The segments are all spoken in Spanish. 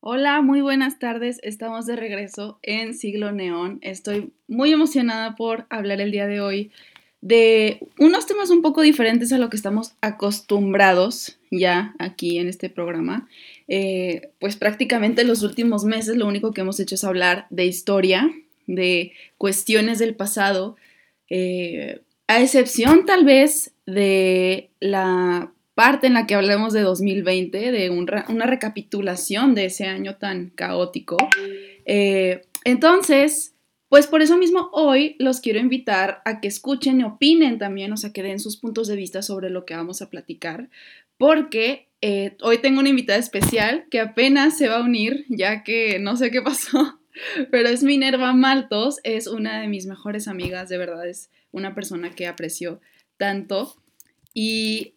Hola, muy buenas tardes. Estamos de regreso en Siglo Neón. Estoy muy emocionada por hablar el día de hoy de unos temas un poco diferentes a lo que estamos acostumbrados ya aquí en este programa. Pues prácticamente los últimos meses lo único que hemos hecho es hablar de historia, de cuestiones del pasado, a excepción tal vez de la parte en la que hablemos de 2020, de una recapitulación de ese año tan caótico. Entonces, pues por eso mismo hoy los quiero invitar a que escuchen y opinen también, o sea, que den sus puntos de vista sobre lo que vamos a platicar, porque hoy tengo una invitada especial que apenas se va a unir, ya que no sé qué pasó, pero es Minerva Maltos, es una de mis mejores amigas, de verdad es una persona que aprecio tanto y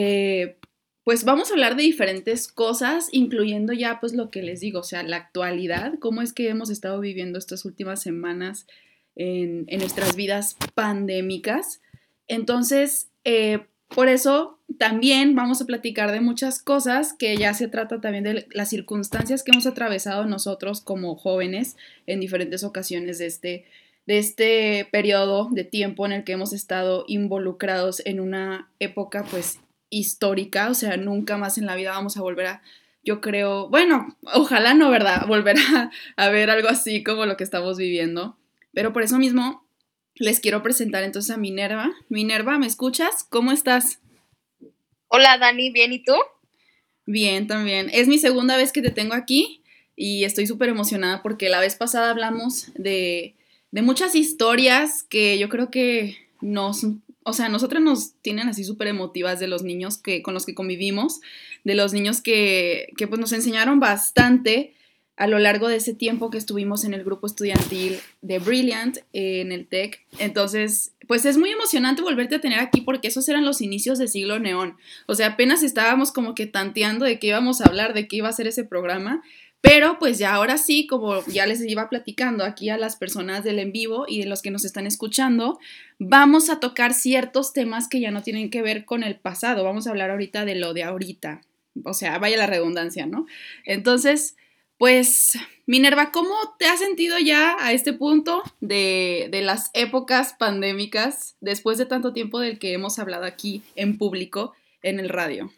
pues vamos a hablar de diferentes cosas, incluyendo ya pues lo que les digo, o sea, la actualidad, cómo es que hemos estado viviendo estas últimas semanas en nuestras vidas pandémicas. Entonces, por eso también vamos a platicar de muchas cosas que ya se trata también de las circunstancias que hemos atravesado nosotros como jóvenes en diferentes ocasiones de este periodo de tiempo en el que hemos estado involucrados en una época pues histórica, o sea, nunca más en la vida vamos a volver a, yo creo, bueno, ojalá no, ¿verdad? Volver a ver algo así como lo que estamos viviendo, pero por eso mismo les quiero presentar entonces a Minerva. Minerva, ¿me escuchas? ¿Cómo estás? Hola Dani, ¿bien y tú? Bien, también. Es mi segunda vez que te tengo aquí y estoy súper emocionada porque la vez pasada hablamos de muchas historias que yo creo que nos, o sea, nosotras nos tienen así súper emotivas de los niños con los que convivimos, de los niños que pues nos enseñaron bastante a lo largo de ese tiempo que estuvimos en el grupo estudiantil de Brilliant en el TEC. Entonces, pues es muy emocionante volverte a tener aquí porque esos eran los inicios de Siglo Neón. O sea, apenas estábamos como que tanteando de qué íbamos a hablar, de qué iba a ser ese programa, pero pues ya ahora sí, como ya les iba platicando aquí a las personas del en vivo y de los que nos están escuchando, vamos a tocar ciertos temas que ya no tienen que ver con el pasado, vamos a hablar ahorita de lo de ahorita, o sea, vaya la redundancia, ¿no? Entonces, pues, Minerva, ¿cómo te has sentido ya a este punto de las épocas pandémicas después de tanto tiempo del que hemos hablado aquí en público en el radio?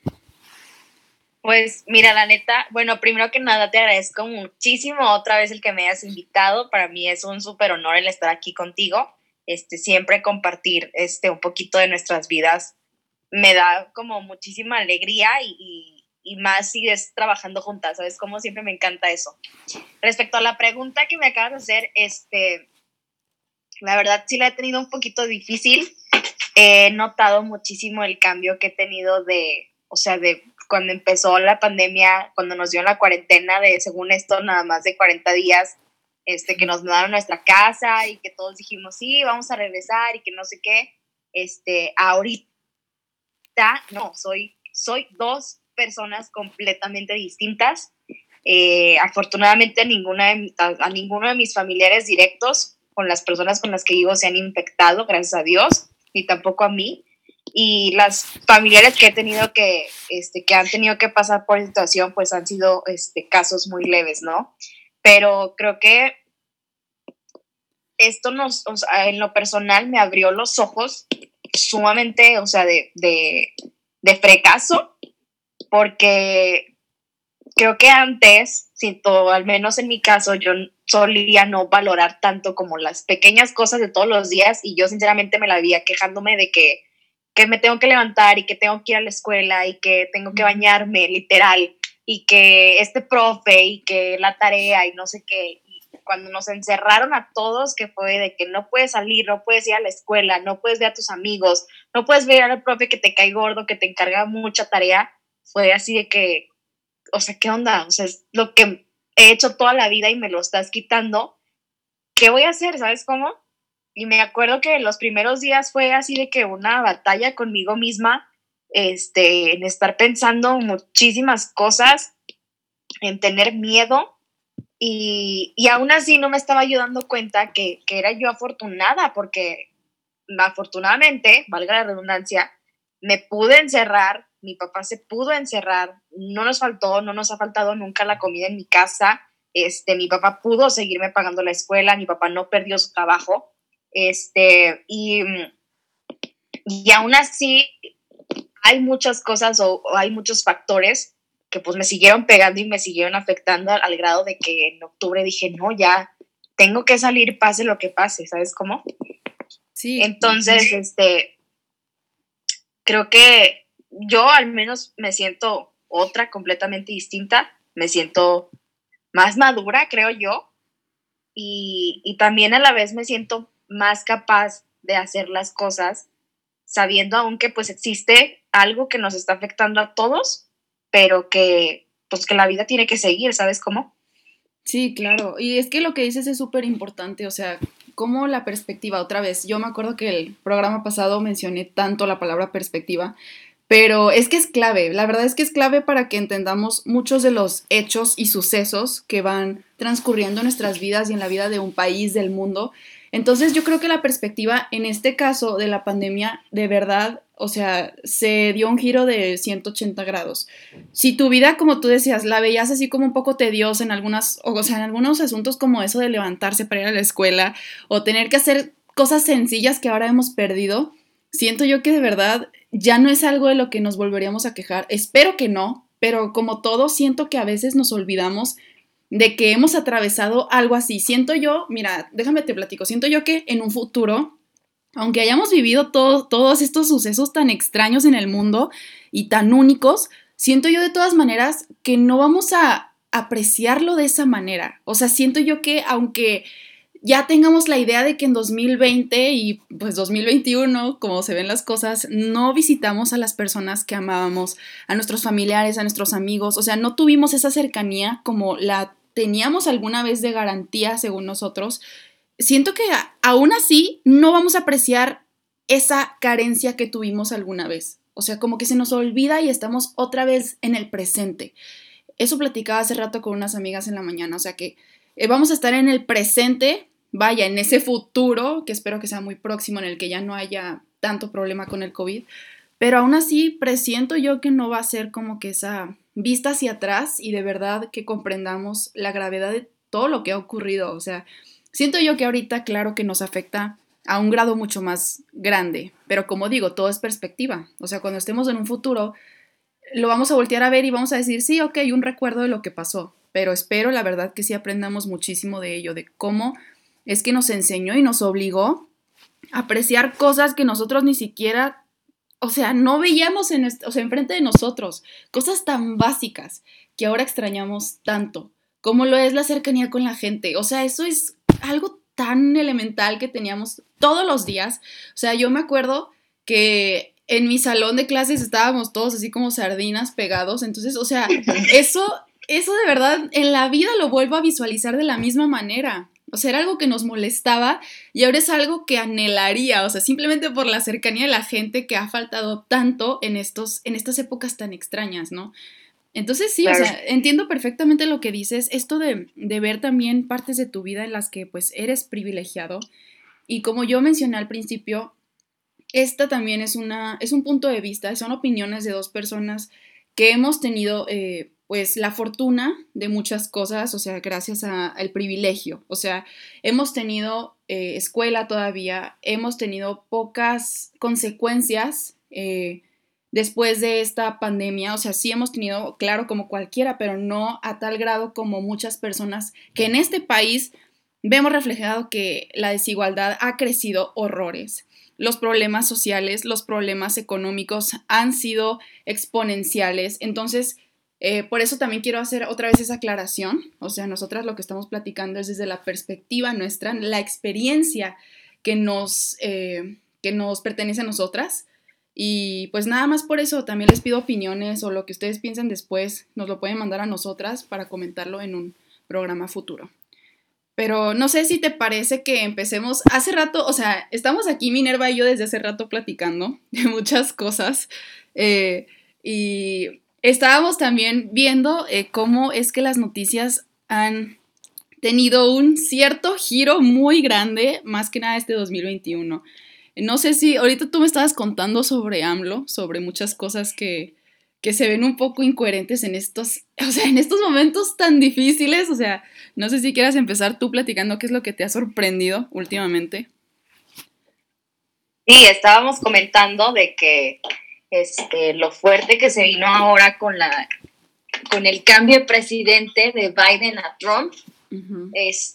Pues mira, la neta, bueno, primero que nada te agradezco muchísimo otra vez el que me hayas invitado. Para mí es un súper honor el estar aquí contigo. Siempre compartir un poquito de nuestras vidas me da como muchísima alegría y más si es trabajando juntas, ¿sabes? Como siempre me encanta eso. Respecto a la pregunta que me acabas de hacer, la verdad sí la he tenido un poquito difícil. He notado muchísimo el cambio que he tenido o sea, de cuando empezó la pandemia, cuando nos dio la cuarentena de, según esto, nada más de 40 días, que nos mandaron a nuestra casa y que todos dijimos, sí, vamos a regresar y que no sé qué. Ahorita, no, soy dos personas completamente distintas. Afortunadamente, a ninguno de mis familiares directos con las personas con las que vivo se han infectado, gracias a Dios, ni tampoco a mí. Y las familiares que he tenido que han tenido que pasar por esta situación, pues han sido casos muy leves, ¿no? Pero creo que esto o sea, en lo personal me abrió los ojos sumamente, o sea, de fracaso, porque creo que antes, siento, al menos en mi caso, yo solía no valorar tanto como las pequeñas cosas de todos los días y yo sinceramente me la veía quejándome de que me tengo que levantar y que tengo que ir a la escuela y que tengo que bañarme, literal, y que este profe y que la tarea y no sé qué. Y cuando nos encerraron a todos, que fue de que no puedes salir, no puedes ir a la escuela, no puedes ver a tus amigos, no puedes ver al profe que te cae gordo, que te encarga mucha tarea, fue así de que, o sea, ¿qué onda? O sea, es lo que he hecho toda la vida y me lo estás quitando. ¿Qué voy a hacer? ¿Sabes cómo? Y me acuerdo que los primeros días fue así de que una batalla conmigo misma, en estar pensando muchísimas cosas, en tener miedo y aún así no me estaba yo dando cuenta que era yo afortunada porque afortunadamente, valga la redundancia, me pude encerrar mi papá se pudo encerrar, no nos ha faltado nunca la comida en mi casa, mi papá pudo seguirme pagando la escuela, mi papá no perdió su trabajo, y aún así hay muchas cosas o hay muchos factores que pues me siguieron pegando y me siguieron afectando al grado de que en octubre dije, no, ya tengo que salir pase lo que pase, ¿sabes cómo? Sí. Entonces, creo que yo al menos me siento otra completamente distinta, me siento más madura, creo yo, y también a la vez me siento más capaz de hacer las cosas sabiendo aún que pues existe algo que nos está afectando a todos, pero que pues que la vida tiene que seguir, ¿sabes cómo? Sí, claro. Y es que lo que dices es súper importante, o sea, como la perspectiva, otra vez, yo me acuerdo que el programa pasado mencioné tanto la palabra perspectiva, pero es que es clave, la verdad es que es clave para que entendamos muchos de los hechos y sucesos que van transcurriendo en nuestras vidas y en la vida de un país, del mundo. Entonces yo creo que la perspectiva en este caso de la pandemia, de verdad, o sea, se dio un giro de 180 grados. Si tu vida, como tú decías, la veías así como un poco tediosa en algunas, o sea, en algunos asuntos como eso de levantarse para ir a la escuela o tener que hacer cosas sencillas que ahora hemos perdido, siento yo que de verdad ya no es algo de lo que nos volveríamos a quejar. Espero que no, pero como todo, siento que a veces nos olvidamos de que hemos atravesado algo así. Siento yo, mira, déjame te platico, siento yo que en un futuro, aunque hayamos vivido todos estos sucesos tan extraños en el mundo y tan únicos, siento yo de todas maneras que no vamos a apreciarlo de esa manera. O sea, siento yo que aunque ya tengamos la idea de que en 2020 y pues 2021, como se ven las cosas, no visitamos a las personas que amábamos, a nuestros familiares, a nuestros amigos, o sea, no tuvimos esa cercanía como la teníamos alguna vez de garantía según nosotros. Siento que aún así no vamos a apreciar esa carencia que tuvimos alguna vez. O sea, como que se nos olvida y estamos otra vez en el presente. Eso platicaba hace rato con unas amigas en la mañana, o sea que vamos a estar en el presente, vaya, en ese futuro, que espero que sea muy próximo, en el que ya no haya tanto problema con el COVID, pero aún así presiento yo que no va a ser como que esa vista hacia atrás y de verdad que comprendamos la gravedad de todo lo que ha ocurrido, o sea, siento yo que ahorita claro que nos afecta a un grado mucho más grande, pero como digo, todo es perspectiva, o sea, cuando estemos en un futuro lo vamos a voltear a ver y vamos a decir, sí, ok, un recuerdo de lo que pasó, pero espero la verdad que sí aprendamos muchísimo de ello, de cómo es que nos enseñó y nos obligó a apreciar cosas que nosotros ni siquiera, o sea, no veíamos o sea, enfrente de nosotros, cosas tan básicas que ahora extrañamos tanto, como lo es la cercanía con la gente, o sea, eso es algo tan elemental que teníamos todos los días, o sea, yo me acuerdo que en mi salón de clases estábamos todos así como sardinas pegados, entonces, o sea, eso de verdad en la vida lo vuelvo a visualizar de la misma manera. O sea, era algo que nos molestaba y ahora es algo que anhelaría, o sea, simplemente por la cercanía de la gente que ha faltado tanto en estas épocas tan extrañas, ¿no? Entonces sí, Claro. o sea, entiendo perfectamente lo que dices, esto de ver también partes de tu vida en las que pues eres privilegiado y como yo mencioné al principio, esta también es un punto de vista, son opiniones de dos personas que hemos tenido pues la fortuna de muchas cosas, o sea, gracias al privilegio, o sea, hemos tenido escuela todavía, hemos tenido pocas consecuencias después de esta pandemia, o sea, sí hemos tenido, claro, como cualquiera, pero no a tal grado como muchas personas que en este país vemos reflejado que la desigualdad ha crecido horrores. Los problemas sociales, los problemas económicos han sido exponenciales. Entonces, por eso también quiero hacer otra vez esa aclaración. O sea, nosotras lo que estamos platicando es desde la perspectiva nuestra, la experiencia que nos pertenece a nosotras. Y pues nada más por eso también les pido opiniones o lo que ustedes piensen después, nos lo pueden mandar a nosotras para comentarlo en un programa futuro. Pero no sé si te parece que empecemos hace rato, o sea, estamos aquí Minerva y yo desde hace rato platicando de muchas cosas y estábamos también viendo cómo es que las noticias han tenido un cierto giro muy grande, más que nada este 2021. No sé si ahorita tú me estabas contando sobre AMLO, sobre muchas cosas que se ven un poco incoherentes en en estos momentos tan difíciles. O sea, no sé si quieras empezar tú platicando qué es lo que te ha sorprendido últimamente. Sí, estábamos comentando de que lo fuerte que se vino ahora con el cambio de presidente de Biden a Trump. Uh-huh.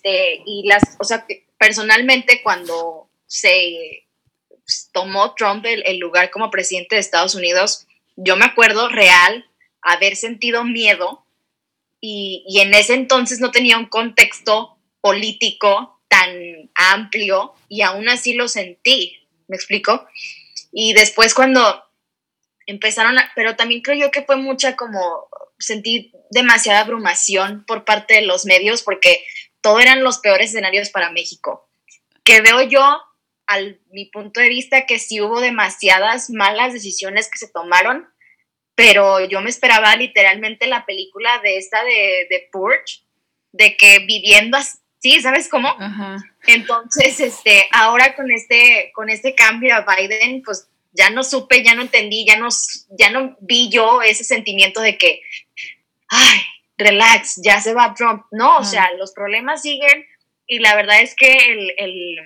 O sea, personalmente cuando se tomó Trump el lugar como presidente de Estados Unidos, yo me acuerdo real haber sentido miedo y en ese entonces no tenía un contexto político tan amplio y aún así lo sentí, ¿me explico? Y después cuando empezaron pero también creo yo que fue mucha como, sentí demasiada abrumación por parte de los medios porque todo eran los peores escenarios para México, que veo yo mi punto de vista que sí hubo demasiadas malas decisiones que se tomaron, pero yo me esperaba literalmente la película de Purge, de que viviendo así, ¿sabes cómo? Ajá. Entonces, ahora con este cambio a Biden, pues ya no supe, ya no entendí, ya no vi yo ese sentimiento de que, ay, relax, ya se va Trump. No, o sea, los problemas siguen y la verdad es que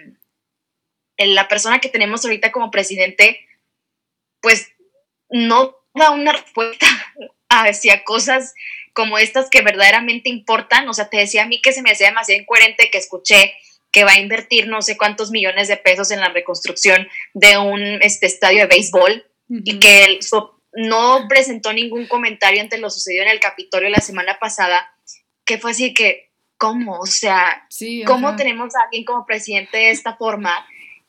la persona que tenemos ahorita como presidente, pues no da una respuesta hacia cosas como estas que verdaderamente importan. O sea, te decía a mí que se me hacía demasiado incoherente que escuché que va a invertir no sé cuántos millones de pesos en la reconstrucción de un estadio de béisbol, uh-huh, y que no presentó ningún comentario ante lo sucedido en el Capitolio la semana pasada, que fue así que, ¿cómo? O sea, sí, ¿cómo tenemos a alguien como presidente de esta forma?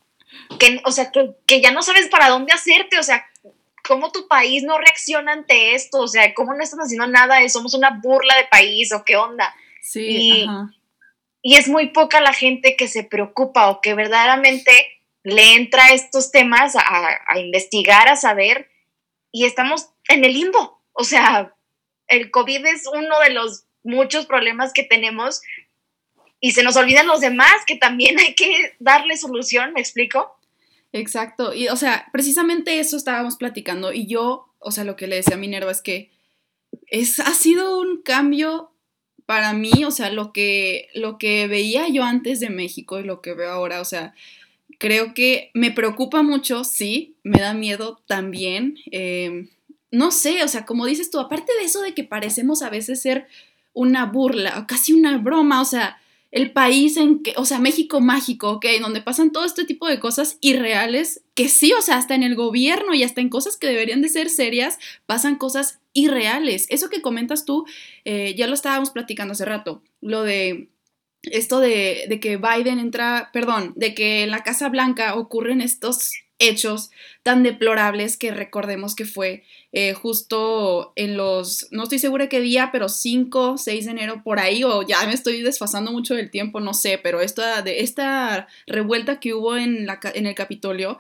Que ya no sabes para dónde hacerte, o sea, ¿cómo tu país no reacciona ante esto? O sea, ¿cómo no están haciendo nada? ¿Somos una burla de país o qué onda? Sí, y es muy poca la gente que se preocupa o que verdaderamente le entra a estos temas a investigar, a saber, y estamos en el limbo. O sea, el COVID es uno de los muchos problemas que tenemos y se nos olvidan los demás que también hay que darle solución, ¿me explico? Exacto, y o sea, precisamente eso estábamos platicando y yo, o sea, lo que le decía a Minerva es que ha sido un cambio para mí, o sea, lo que veía yo antes de México y lo que veo ahora, o sea, creo que me preocupa mucho, sí, me da miedo también, no sé, o sea, como dices tú, aparte de eso de que parecemos a veces ser una burla o casi una broma, o sea, el país en que, o sea, México mágico, ¿ok? Donde pasan todo este tipo de cosas irreales, que sí, o sea, hasta en el gobierno y hasta en cosas que deberían de ser serias, pasan cosas irreales. Eso que comentas tú, ya lo estábamos platicando hace rato, lo de esto de que Biden de que en la Casa Blanca ocurren estos hechos tan deplorables que recordemos que fue justo en no estoy segura qué día, pero 5, 6 de enero por ahí, o ya me estoy desfasando mucho del tiempo, no sé, pero esta revuelta que hubo en el Capitolio,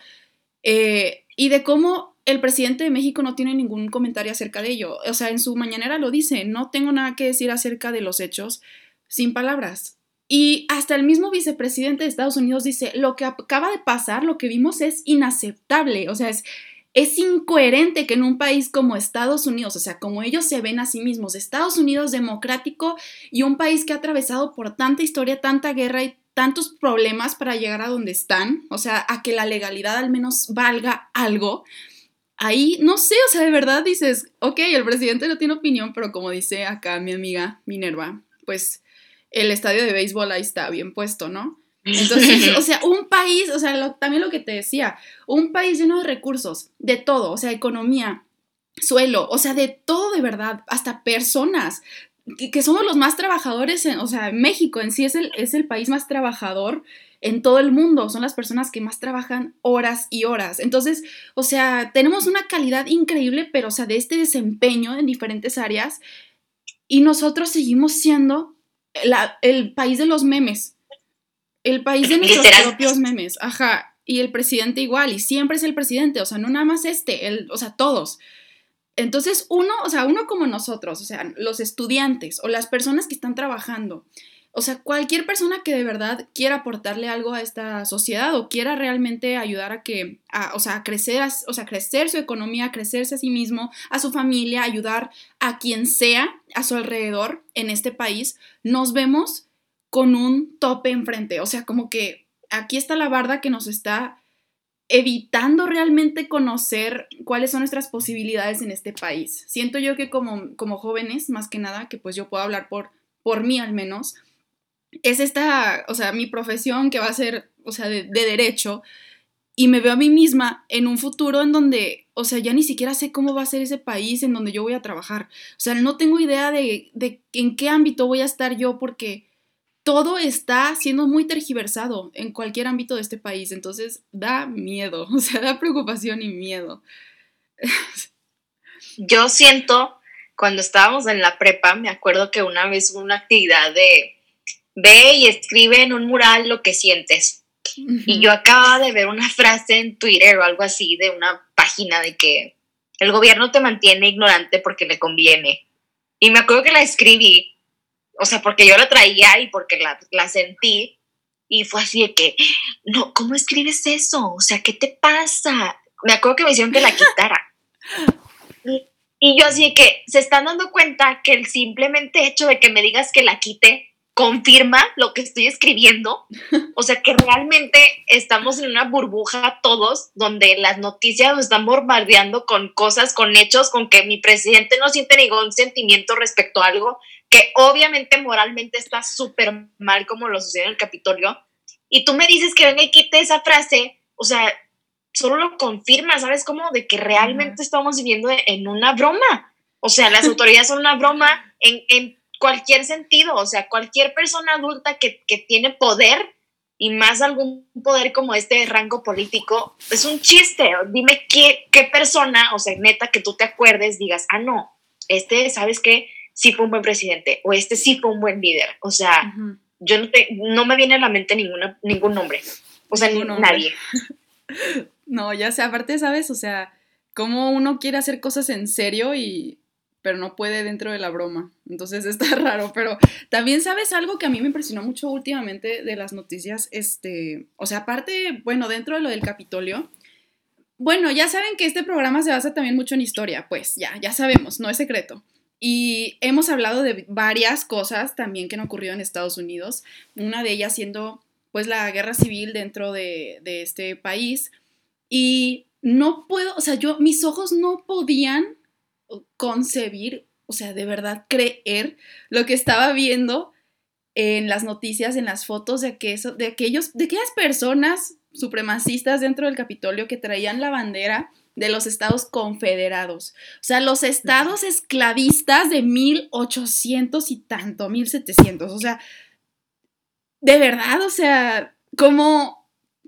y de cómo el presidente de México no tiene ningún comentario acerca de ello. O sea, en su mañanera lo dice, no tengo nada que decir acerca de los hechos, sin palabras. Y hasta el mismo vicepresidente de Estados Unidos dice, lo que acaba de pasar, lo que vimos es inaceptable, o sea, es incoherente que en un país como Estados Unidos, o sea, como ellos se ven a sí mismos, Estados Unidos democrático y un país que ha atravesado por tanta historia, tanta guerra y tantos problemas para llegar a donde están, o sea, a que la legalidad al menos valga algo, ahí, no sé, o sea, de verdad dices, ok, el presidente no tiene opinión, pero como dice acá mi amiga Minerva, pues el estadio de béisbol ahí está bien puesto, ¿no? Entonces, o sea, un país, o sea, también lo que te decía, un país lleno de recursos, de todo, o sea, economía, suelo, o sea, de todo de verdad, hasta personas, que somos los más trabajadores, o sea, México en sí es el país más trabajador en todo el mundo, son las personas que más trabajan horas y horas. Entonces, o sea, tenemos una calidad increíble, pero, o sea, de este desempeño en diferentes áreas, y nosotros seguimos siendo el país de los memes, el país de nuestros propios memes, ajá, y el presidente igual, y siempre es el presidente, o sea, no nada más o sea, todos. Entonces, uno como nosotros, o sea, los estudiantes o las personas que están trabajando, o sea, cualquier persona que de verdad quiera aportarle algo a esta sociedad o quiera realmente ayudar a crecer, o sea, crecer su economía, crecerse a sí mismo, a su familia, ayudar a quien sea a su alrededor en este país, nos vemos con un tope enfrente. O sea, como que aquí está la barda que nos está evitando realmente conocer cuáles son nuestras posibilidades en este país. Siento yo que como jóvenes, más que nada, que pues yo puedo hablar por mí al menos, es esta, o sea, mi profesión que va a ser, o sea, de derecho, y me veo a mí misma en un futuro en donde, o sea, ya ni siquiera sé cómo va a ser ese país en donde yo voy a trabajar. O sea, no tengo idea de en qué ámbito voy a estar yo porque todo está siendo muy tergiversado en cualquier ámbito de este país. Entonces, da miedo, o sea, da preocupación y miedo. Yo siento, cuando estábamos en la prepa, me acuerdo que una vez hubo una actividad de ve y escribe en un mural lo que sientes. Y yo acababa de ver una frase en Twitter o algo así de una página de que el gobierno te mantiene ignorante porque le conviene. Y me acuerdo que la escribí, o sea, porque yo la traía y porque la sentí. Y fue así de que, no, ¿cómo escribes eso? O sea, ¿qué te pasa? Me acuerdo que me hicieron que la quitara. Y yo así de que se están dando cuenta que el simplemente hecho de que me digas que la quite confirma lo que estoy escribiendo. O sea, que realmente estamos en una burbuja todos donde las noticias nos están bombardeando con cosas, con hechos, con que mi presidente no siente ningún sentimiento respecto a algo que obviamente moralmente está súper mal, como lo sucedió en el Capitolio. Y tú me dices que venga y quite esa frase, o sea, solo lo confirma, ¿sabes? Como de que realmente estamos viviendo en una broma. O sea, las autoridades son una broma en cualquier sentido. O sea, cualquier persona adulta que tiene poder y más algún poder como este de rango político, es un chiste. Dime qué persona, o sea, neta, que tú te acuerdes, digas, ah, no, ¿sabes qué? Sí fue un buen presidente o este sí fue un buen líder. O sea, yo no me viene a la mente ningún nombre. O sea, nadie. No, ya sé, aparte, ¿sabes? O sea, cómo uno quiere hacer cosas en serio pero no puede dentro de la broma. Entonces está raro, pero también sabes algo que a mí me impresionó mucho últimamente de las noticias, o sea, aparte, bueno, dentro de lo del Capitolio, bueno, ya saben que este programa se basa también mucho en historia, pues ya sabemos, no es secreto. Y hemos hablado de varias cosas también que han ocurrido en Estados Unidos, una de ellas siendo pues la guerra civil dentro de este país. Y no puedo, o sea, mis ojos no podían concebir, o sea, de verdad creer lo que estaba viendo en las noticias, en las fotos de aquellas personas supremacistas dentro del Capitolio que traían la bandera de los estados confederados. O sea, los estados esclavistas de 1800 y tanto, 1700. O sea, de verdad, o sea, como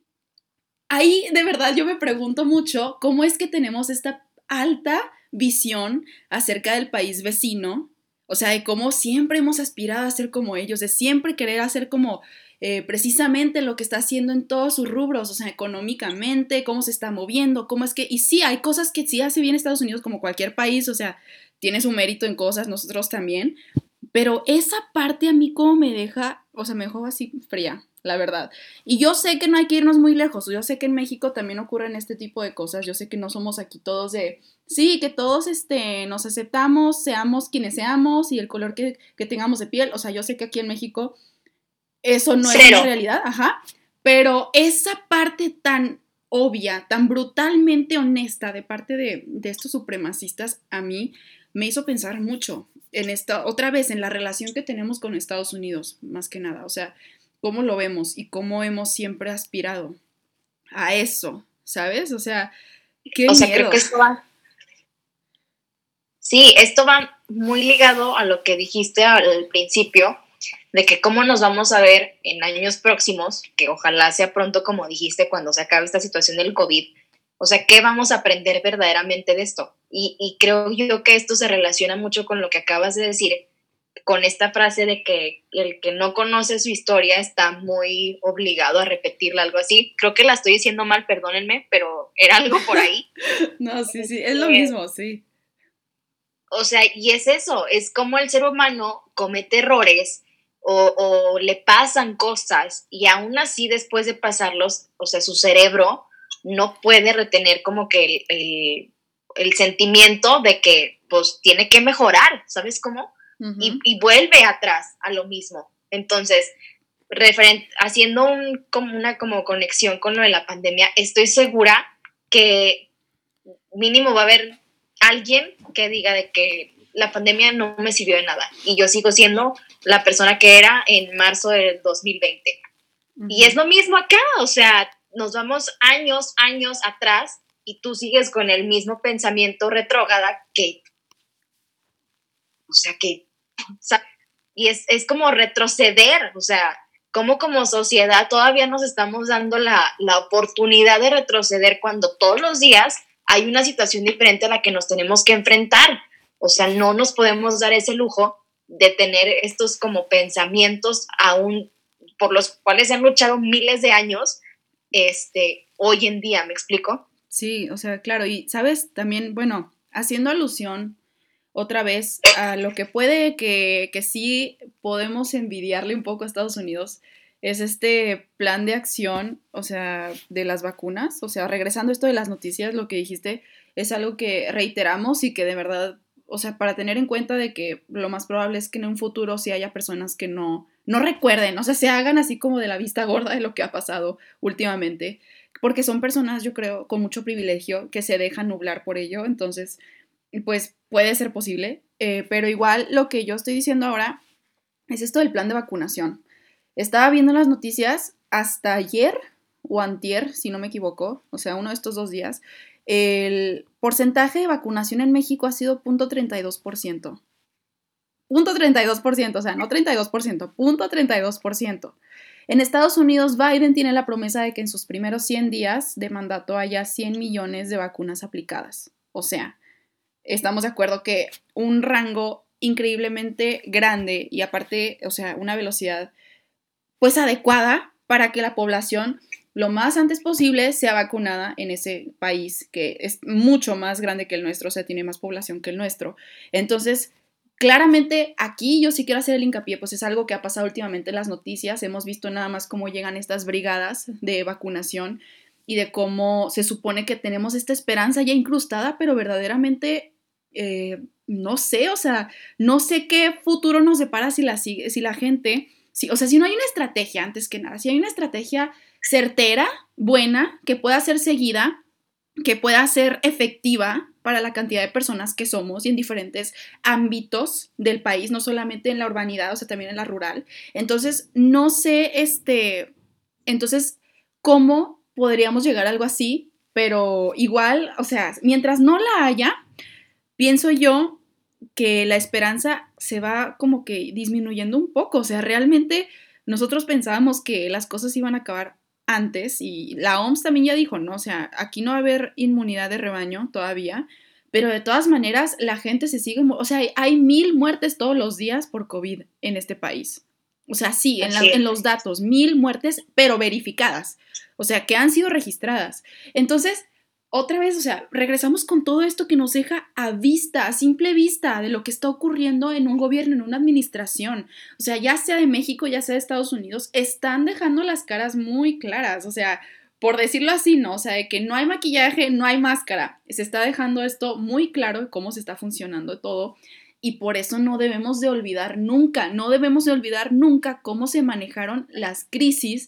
ahí de verdad yo me pregunto mucho cómo es que tenemos esta alta visión acerca del país vecino, o sea, de cómo siempre hemos aspirado a ser como ellos, de siempre querer hacer como precisamente lo que está haciendo en todos sus rubros, o sea, económicamente, cómo se está moviendo, cómo es que, y sí, hay cosas que sí hace bien Estados Unidos como cualquier país, o sea, tiene su mérito en cosas, nosotros también, pero esa parte a mí como me deja, o sea, me dejó así fría, la verdad. Y yo sé que no hay que irnos muy lejos, yo sé que en México también ocurren este tipo de cosas, yo sé que no somos aquí todos sí, que todos nos aceptamos, seamos quienes seamos y el color que tengamos de piel, o sea, yo sé que aquí en México eso no es una realidad, pero esa parte tan obvia, tan brutalmente honesta de parte de estos supremacistas, a mí me hizo pensar mucho otra vez, en la relación que tenemos con Estados Unidos, más que nada, o sea, cómo lo vemos y cómo hemos siempre aspirado a eso, ¿sabes? O sea, qué miedo. Creo que esto va muy ligado a lo que dijiste al principio, de que cómo nos vamos a ver en años próximos, que ojalá sea pronto, como dijiste, cuando se acabe esta situación del COVID. O sea, ¿qué vamos a aprender verdaderamente de esto? Y creo yo que esto se relaciona mucho con lo que acabas de decir, con esta frase de que el que no conoce su historia está muy obligado a repetirla, algo así. Creo que la estoy diciendo mal, perdónenme, pero era algo por ahí. No, sí, es lo mismo, sí. O sea, y es eso, es como el ser humano comete errores o le pasan cosas y aún así después de pasarlos, o sea, su cerebro no puede retener como que el sentimiento de que pues tiene que mejorar, ¿sabes cómo? Y vuelve atrás a lo mismo. Entonces, haciendo como una como conexión con lo de la pandemia, estoy segura que mínimo va a haber alguien que diga de que la pandemia no me sirvió de nada y yo sigo siendo la persona que era en marzo del 2020. Y es lo mismo acá, o sea, nos vamos años atrás y tú sigues con el mismo pensamiento retrógrada que, o sea, y es como retroceder, o sea, como sociedad todavía nos estamos dando la oportunidad de retroceder cuando todos los días hay una situación diferente a la que nos tenemos que enfrentar. O sea, no nos podemos dar ese lujo de tener estos como pensamientos aún por los cuales se han luchado miles de años, hoy en día, ¿me explico? Sí, o sea, claro, y sabes, también, bueno, haciendo alusión otra vez a lo que puede que sí podemos envidiarle un poco a Estados Unidos, es este plan de acción, o sea, de las vacunas, o sea, regresando a esto de las noticias, lo que dijiste es algo que reiteramos y que de verdad, o sea, para tener en cuenta de que lo más probable es que en un futuro sí haya personas que no recuerden, o sea, se hagan así como de la vista gorda de lo que ha pasado últimamente, porque son personas, yo creo, con mucho privilegio que se dejan nublar por ello, entonces pues puede ser posible, pero igual lo que yo estoy diciendo ahora es esto del plan de vacunación. Estaba viendo las noticias hasta ayer o antier, si no me equivoco, o sea, uno de estos 2 días, el porcentaje de vacunación en México ha sido 0.32%. 0.32%, o sea, no 32%, 0.32%. En Estados Unidos, Biden tiene la promesa de que en sus primeros 100 días de mandato haya 100 millones de vacunas aplicadas. O sea, estamos de acuerdo que un rango increíblemente grande y aparte, o sea, una velocidad pues adecuada para que la población lo más antes posible sea vacunada en ese país que es mucho más grande que el nuestro, o sea, tiene más población que el nuestro. Entonces, claramente aquí yo sí quiero hacer el hincapié, pues es algo que ha pasado últimamente en las noticias, hemos visto nada más cómo llegan estas brigadas de vacunación y de cómo se supone que tenemos esta esperanza ya incrustada, pero verdaderamente no sé, o sea, no sé qué futuro nos depara si la gente, o sea, si no hay una estrategia, antes que nada, si hay una estrategia certera, buena, que pueda ser seguida, que pueda ser efectiva para la cantidad de personas que somos y en diferentes ámbitos del país, no solamente en la urbanidad, o sea, también en la rural. Entonces, no sé, entonces, ¿cómo podríamos llegar a algo así? Pero igual, o sea, mientras no la haya, pienso yo que la esperanza se va como que disminuyendo un poco, o sea, realmente nosotros pensábamos que las cosas iban a acabar antes y la OMS también ya dijo, ¿no? O sea, aquí no va a haber inmunidad de rebaño todavía, pero de todas maneras la gente se sigue, o sea, hay 1000 muertes todos los días por COVID en este país. O sea, sí, en los datos, 1000 muertes, pero verificadas, o sea, que han sido registradas. Entonces, otra vez, o sea, regresamos con todo esto que nos deja a vista, a simple vista de lo que está ocurriendo en un gobierno, en una administración. O sea, ya sea de México, ya sea de Estados Unidos, están dejando las caras muy claras. O sea, por decirlo así, ¿no? O sea, de que no hay maquillaje, no hay máscara. Se está dejando esto muy claro de cómo se está funcionando todo. Y por eso no debemos de olvidar nunca, no debemos de olvidar nunca cómo se manejaron las crisis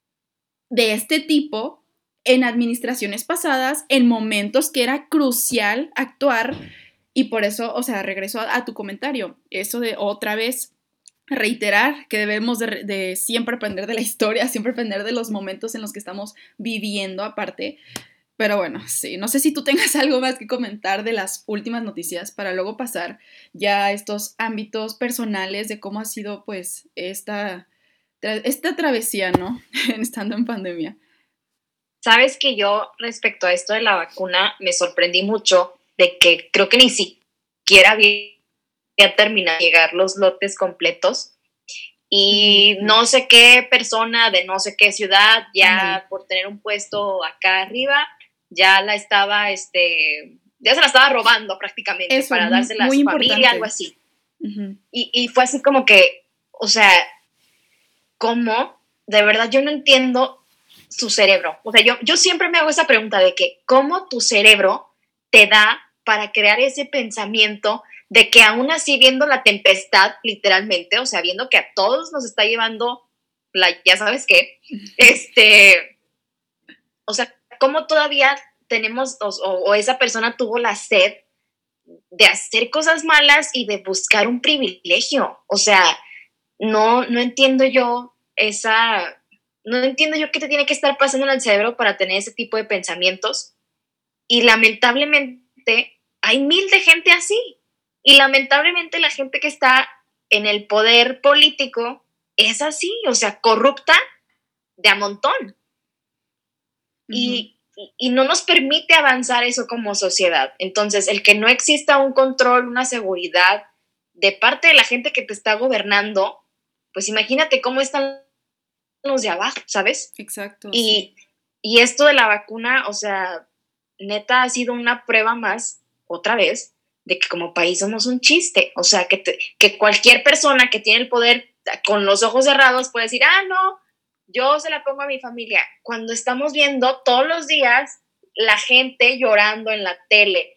de este tipo en administraciones pasadas, en momentos que era crucial actuar, y por eso, o sea, regreso a tu comentario, eso de otra vez reiterar que debemos de siempre aprender de la historia, siempre aprender de los momentos en los que estamos viviendo aparte. Pero bueno, sí, no sé si tú tengas algo más que comentar de las últimas noticias para luego pasar ya a estos ámbitos personales de cómo ha sido pues esta travesía, ¿no? Estando en pandemia. Sabes que yo respecto a esto de la vacuna me sorprendí mucho de que creo que ni siquiera había terminado de llegar los lotes completos y no sé qué persona de no sé qué ciudad ya por tener un puesto acá arriba ya la estaba, ya se la estaba robando prácticamente. Eso, para dársela a su familia, algo así. Y fue así como que, o sea, cómo, de verdad, yo no entiendo su cerebro. O sea, yo siempre me hago esa pregunta de que, ¿cómo tu cerebro te da para crear ese pensamiento de que aún así viendo la tempestad, literalmente, o sea, viendo que a todos nos está llevando ya sabes qué, o sea, cómo todavía tenemos, o esa persona tuvo la sed de hacer cosas malas y de buscar un privilegio. O sea, no entiendo yo no entiendo yo qué te tiene que estar pasando en el cerebro para tener ese tipo de pensamientos. Y lamentablemente hay mil de gente así. Y lamentablemente la gente que está en el poder político es así, o sea, corrupta de a montón. Uh-huh. Y no nos permite avanzar eso como sociedad. Entonces, el que no exista un control, una seguridad de parte de la gente que te está gobernando, pues imagínate cómo están los de abajo, ¿sabes? Exacto. Y esto de la vacuna, o sea, neta ha sido una prueba más, otra vez, de que como país somos un chiste. O sea, que cualquier persona que tiene el poder con los ojos cerrados puede decir, no, yo se la pongo a mi familia. Cuando estamos viendo todos los días la gente llorando en la tele,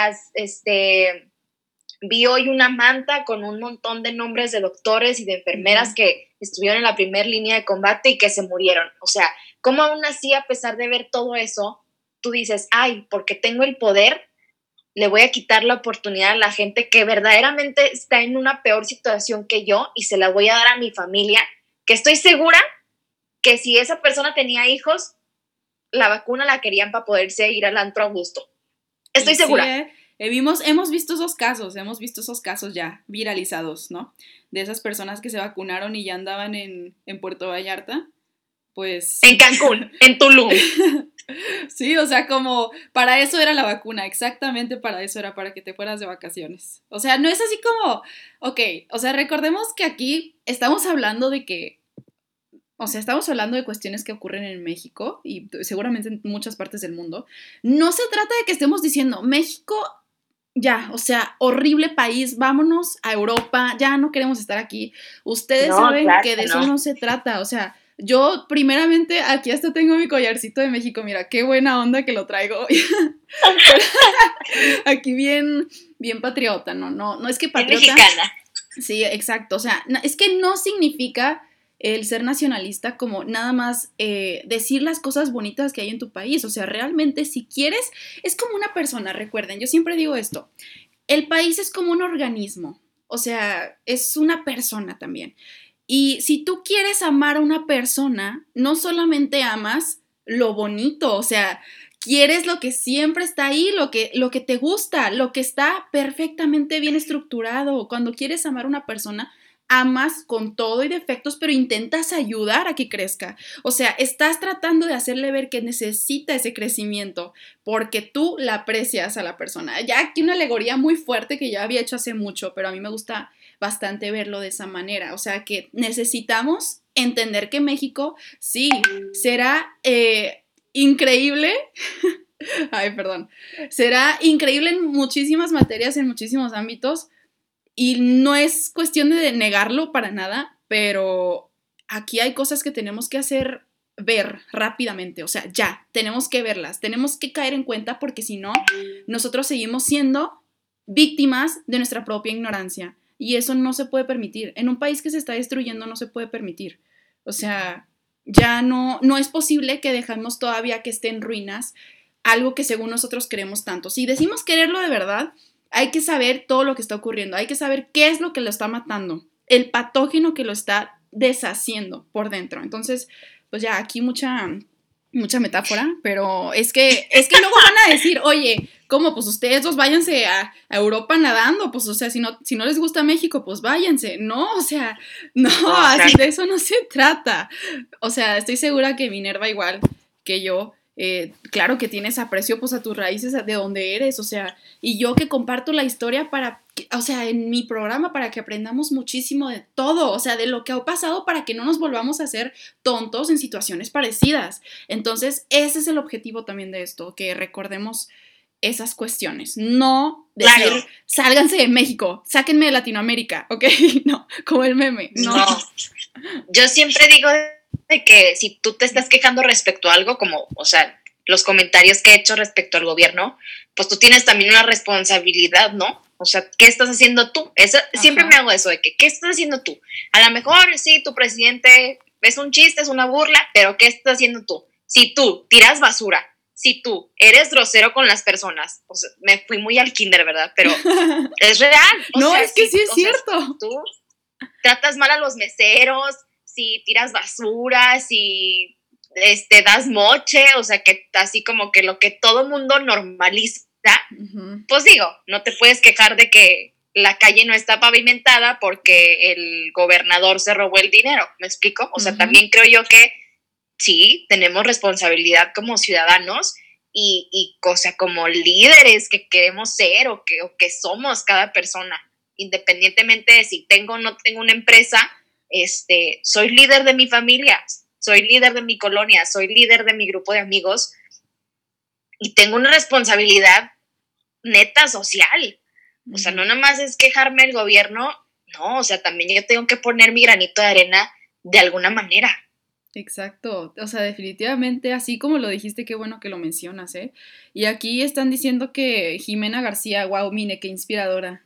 vi hoy una manta con un montón de nombres de doctores y de enfermeras que estuvieron en la primera línea de combate y que se murieron. O sea, ¿cómo aún así, a pesar de ver todo eso, tú dices, ay, porque tengo el poder, le voy a quitar la oportunidad a la gente que verdaderamente está en una peor situación que yo y se la voy a dar a mi familia, que estoy segura que si esa persona tenía hijos, la vacuna la querían para poderse ir al antro a gusto. Estoy segura. Hemos visto esos casos ya viralizados, ¿no? De esas personas que se vacunaron y ya andaban en Puerto Vallarta, pues... En Cancún, en Tulum. Sí, o sea, como para eso era la vacuna, exactamente para eso era, para que te fueras de vacaciones. O sea, no es así como, ok, o sea, recordemos que aquí estamos hablando de que, o sea, estamos hablando de cuestiones que ocurren en México y seguramente en muchas partes del mundo. No se trata de que estemos diciendo, México, ya, o sea, horrible país, vámonos a Europa, ya no queremos estar aquí. Ustedes saben que de eso no se trata, o sea... Yo, primeramente, aquí hasta tengo mi collarcito de México, mira, qué buena onda que lo traigo. Aquí bien patriota, no es que patriota. Bien mexicana. Sí, exacto, o sea, es que no significa el ser nacionalista como nada más decir las cosas bonitas que hay en tu país, o sea, realmente si quieres, es como una persona, recuerden, yo siempre digo esto, el país es como un organismo, o sea, es una persona también. Y si tú quieres amar a una persona, no solamente amas lo bonito, o sea, quieres lo que siempre está ahí, lo que te gusta, lo que está perfectamente bien estructurado. Cuando quieres amar a una persona, amas con todo y defectos, pero intentas ayudar a que crezca. O sea, estás tratando de hacerle ver que necesita ese crecimiento porque tú la aprecias a la persona. Ya aquí una alegoría muy fuerte que ya había hecho hace mucho, pero a mí me gusta bastante verlo de esa manera, o sea que necesitamos entender que México sí será increíble, ay perdón, será increíble en muchísimas materias, en muchísimos ámbitos y no es cuestión de negarlo para nada, pero aquí hay cosas que tenemos que hacer ver rápidamente, o sea, ya, tenemos que verlas, tenemos que caer en cuenta porque si no, nosotros seguimos siendo víctimas de nuestra propia ignorancia. Y eso no se puede permitir. En un país que se está destruyendo no se puede permitir. O sea, ya no es posible que dejemos todavía que esté en ruinas algo que según nosotros queremos tanto. Si decimos quererlo de verdad, hay que saber todo lo que está ocurriendo. Hay que saber qué es lo que lo está matando. El patógeno que lo está deshaciendo por dentro. Entonces, pues ya aquí mucha metáfora, pero es que luego van a decir, oye, ¿cómo? Pues ustedes dos váyanse a Europa nadando, pues o sea, si no les gusta México, pues váyanse, no, o sea, no, así de eso no se trata, o sea, estoy segura que Minerva igual que yo, claro que tienes aprecio pues a tus raíces, de donde eres, o sea, y yo que comparto la historia o sea, en mi programa para que aprendamos muchísimo de todo, o sea, de lo que ha pasado para que no nos volvamos a hacer tontos en situaciones parecidas. Entonces, ese es el objetivo también de esto, que recordemos esas cuestiones, no decir, sálganse de México, sáquenme de Latinoamérica, ¿ok? No, como el meme, no. Yo siempre digo de que si tú te estás quejando respecto a algo, como, o sea, los comentarios que he hecho respecto al gobierno, pues tú tienes también una responsabilidad, ¿no? O sea, ¿qué estás haciendo tú? Eso, siempre me hago eso de que, ¿qué estás haciendo tú? A lo mejor, sí, tu presidente es un chiste, es una burla, pero ¿qué estás haciendo tú? Si tú tiras basura, si tú eres grosero con las personas, o sea, me fui muy al kinder, ¿verdad? Pero es real. O No, sea, es que sí es o sea, cierto. tú tratas mal a los meseros, si tiras basura, si das moche, o sea, que así como que lo que todo mundo normaliza, pues digo, no te puedes quejar de que la calle no está pavimentada porque el gobernador se robó el dinero, ¿me explico? O sea, también creo yo que sí, tenemos responsabilidad como ciudadanos y cosa como líderes que queremos ser o que somos cada persona, independientemente de si tengo o no tengo una empresa, soy líder de mi familia, soy líder de mi colonia, soy líder de mi grupo de amigos y tengo una responsabilidad neta social. O sea, no nada más es quejarme del gobierno, no, o sea, también yo tengo que poner mi granito de arena de alguna manera. Exacto, o sea, definitivamente, así como lo dijiste, qué bueno que lo mencionas, ¿eh? Y aquí están diciendo que Jimena García, wow, mire, qué inspiradora.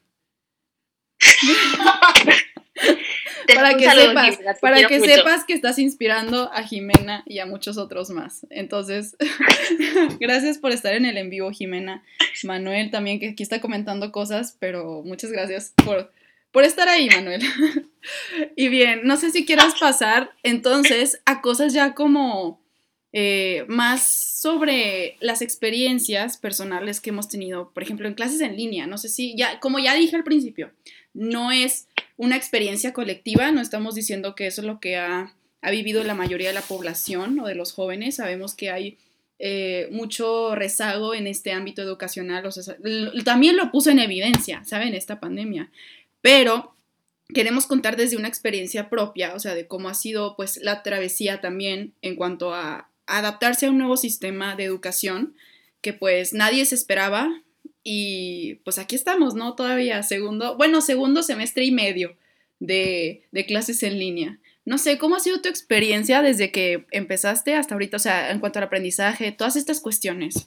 Para que saludo, sepas, Jimena, para que mucho. sepas que estás inspirando a Jimena y a muchos otros más. Entonces, gracias por estar en el en vivo, Jimena. Manuel también, que aquí está comentando cosas, pero muchas gracias por estar ahí, Manuel. Y bien, no sé si quieras pasar entonces a cosas ya como más sobre las experiencias personales que hemos tenido, por ejemplo, en clases en línea. No sé si ya, como ya dije al principio, no es una experiencia colectiva, no estamos diciendo que eso es lo que ha vivido la mayoría de la población o de los jóvenes. Sabemos que hay mucho rezago en este ámbito educacional, o sea, también lo puso en evidencia, ¿saben? Esta pandemia. Pero queremos contar desde una experiencia propia, o sea, de cómo ha sido pues la travesía también en cuanto a adaptarse a un nuevo sistema de educación que pues nadie se esperaba y pues aquí estamos, ¿no? Todavía segundo semestre y medio de clases en línea. No sé, ¿cómo ha sido tu experiencia desde que empezaste hasta ahorita? O sea, en cuanto al aprendizaje, todas estas cuestiones.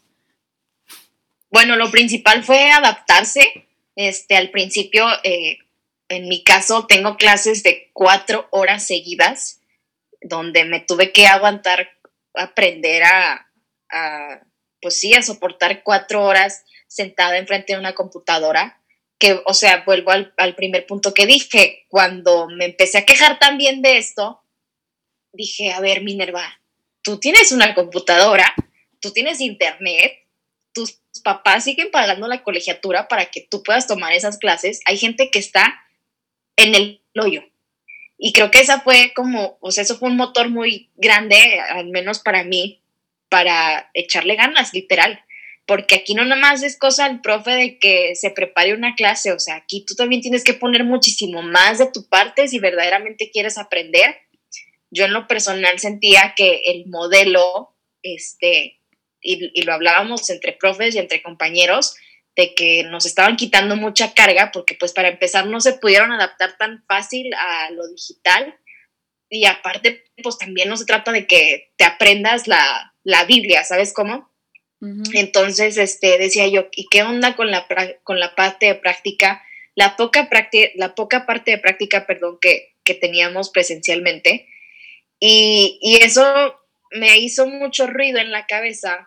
Bueno, lo principal fue adaptarse. Al principio, en mi caso, tengo clases de 4 horas seguidas, donde me tuve que aguantar, aprender pues sí, a soportar 4 horas sentada enfrente de una computadora. Que, o sea, vuelvo al primer punto que dije, cuando me empecé a quejar también de esto, dije, a ver, Minerva, tú tienes una computadora, tú tienes internet, tus papás siguen pagando la colegiatura para que tú puedas tomar esas clases. Hay gente que está en el hoyo. Y creo que esa fue como, o sea, eso fue un motor muy grande, al menos para mí, para echarle ganas, literal. Porque aquí no nada más es cosa del profe de que se prepare una clase, o sea, aquí tú también tienes que poner muchísimo más de tu parte si verdaderamente quieres aprender. Yo en lo personal sentía que el modelo, y lo hablábamos entre profes y entre compañeros, de que nos estaban quitando mucha carga porque pues para empezar no se pudieron adaptar tan fácil a lo digital y aparte pues también no se trata de que te aprendas la Biblia, ¿sabes cómo? Entonces decía yo, ¿y qué onda con la parte de práctica? La poca parte de práctica, perdón, que teníamos presencialmente y eso me hizo mucho ruido en la cabeza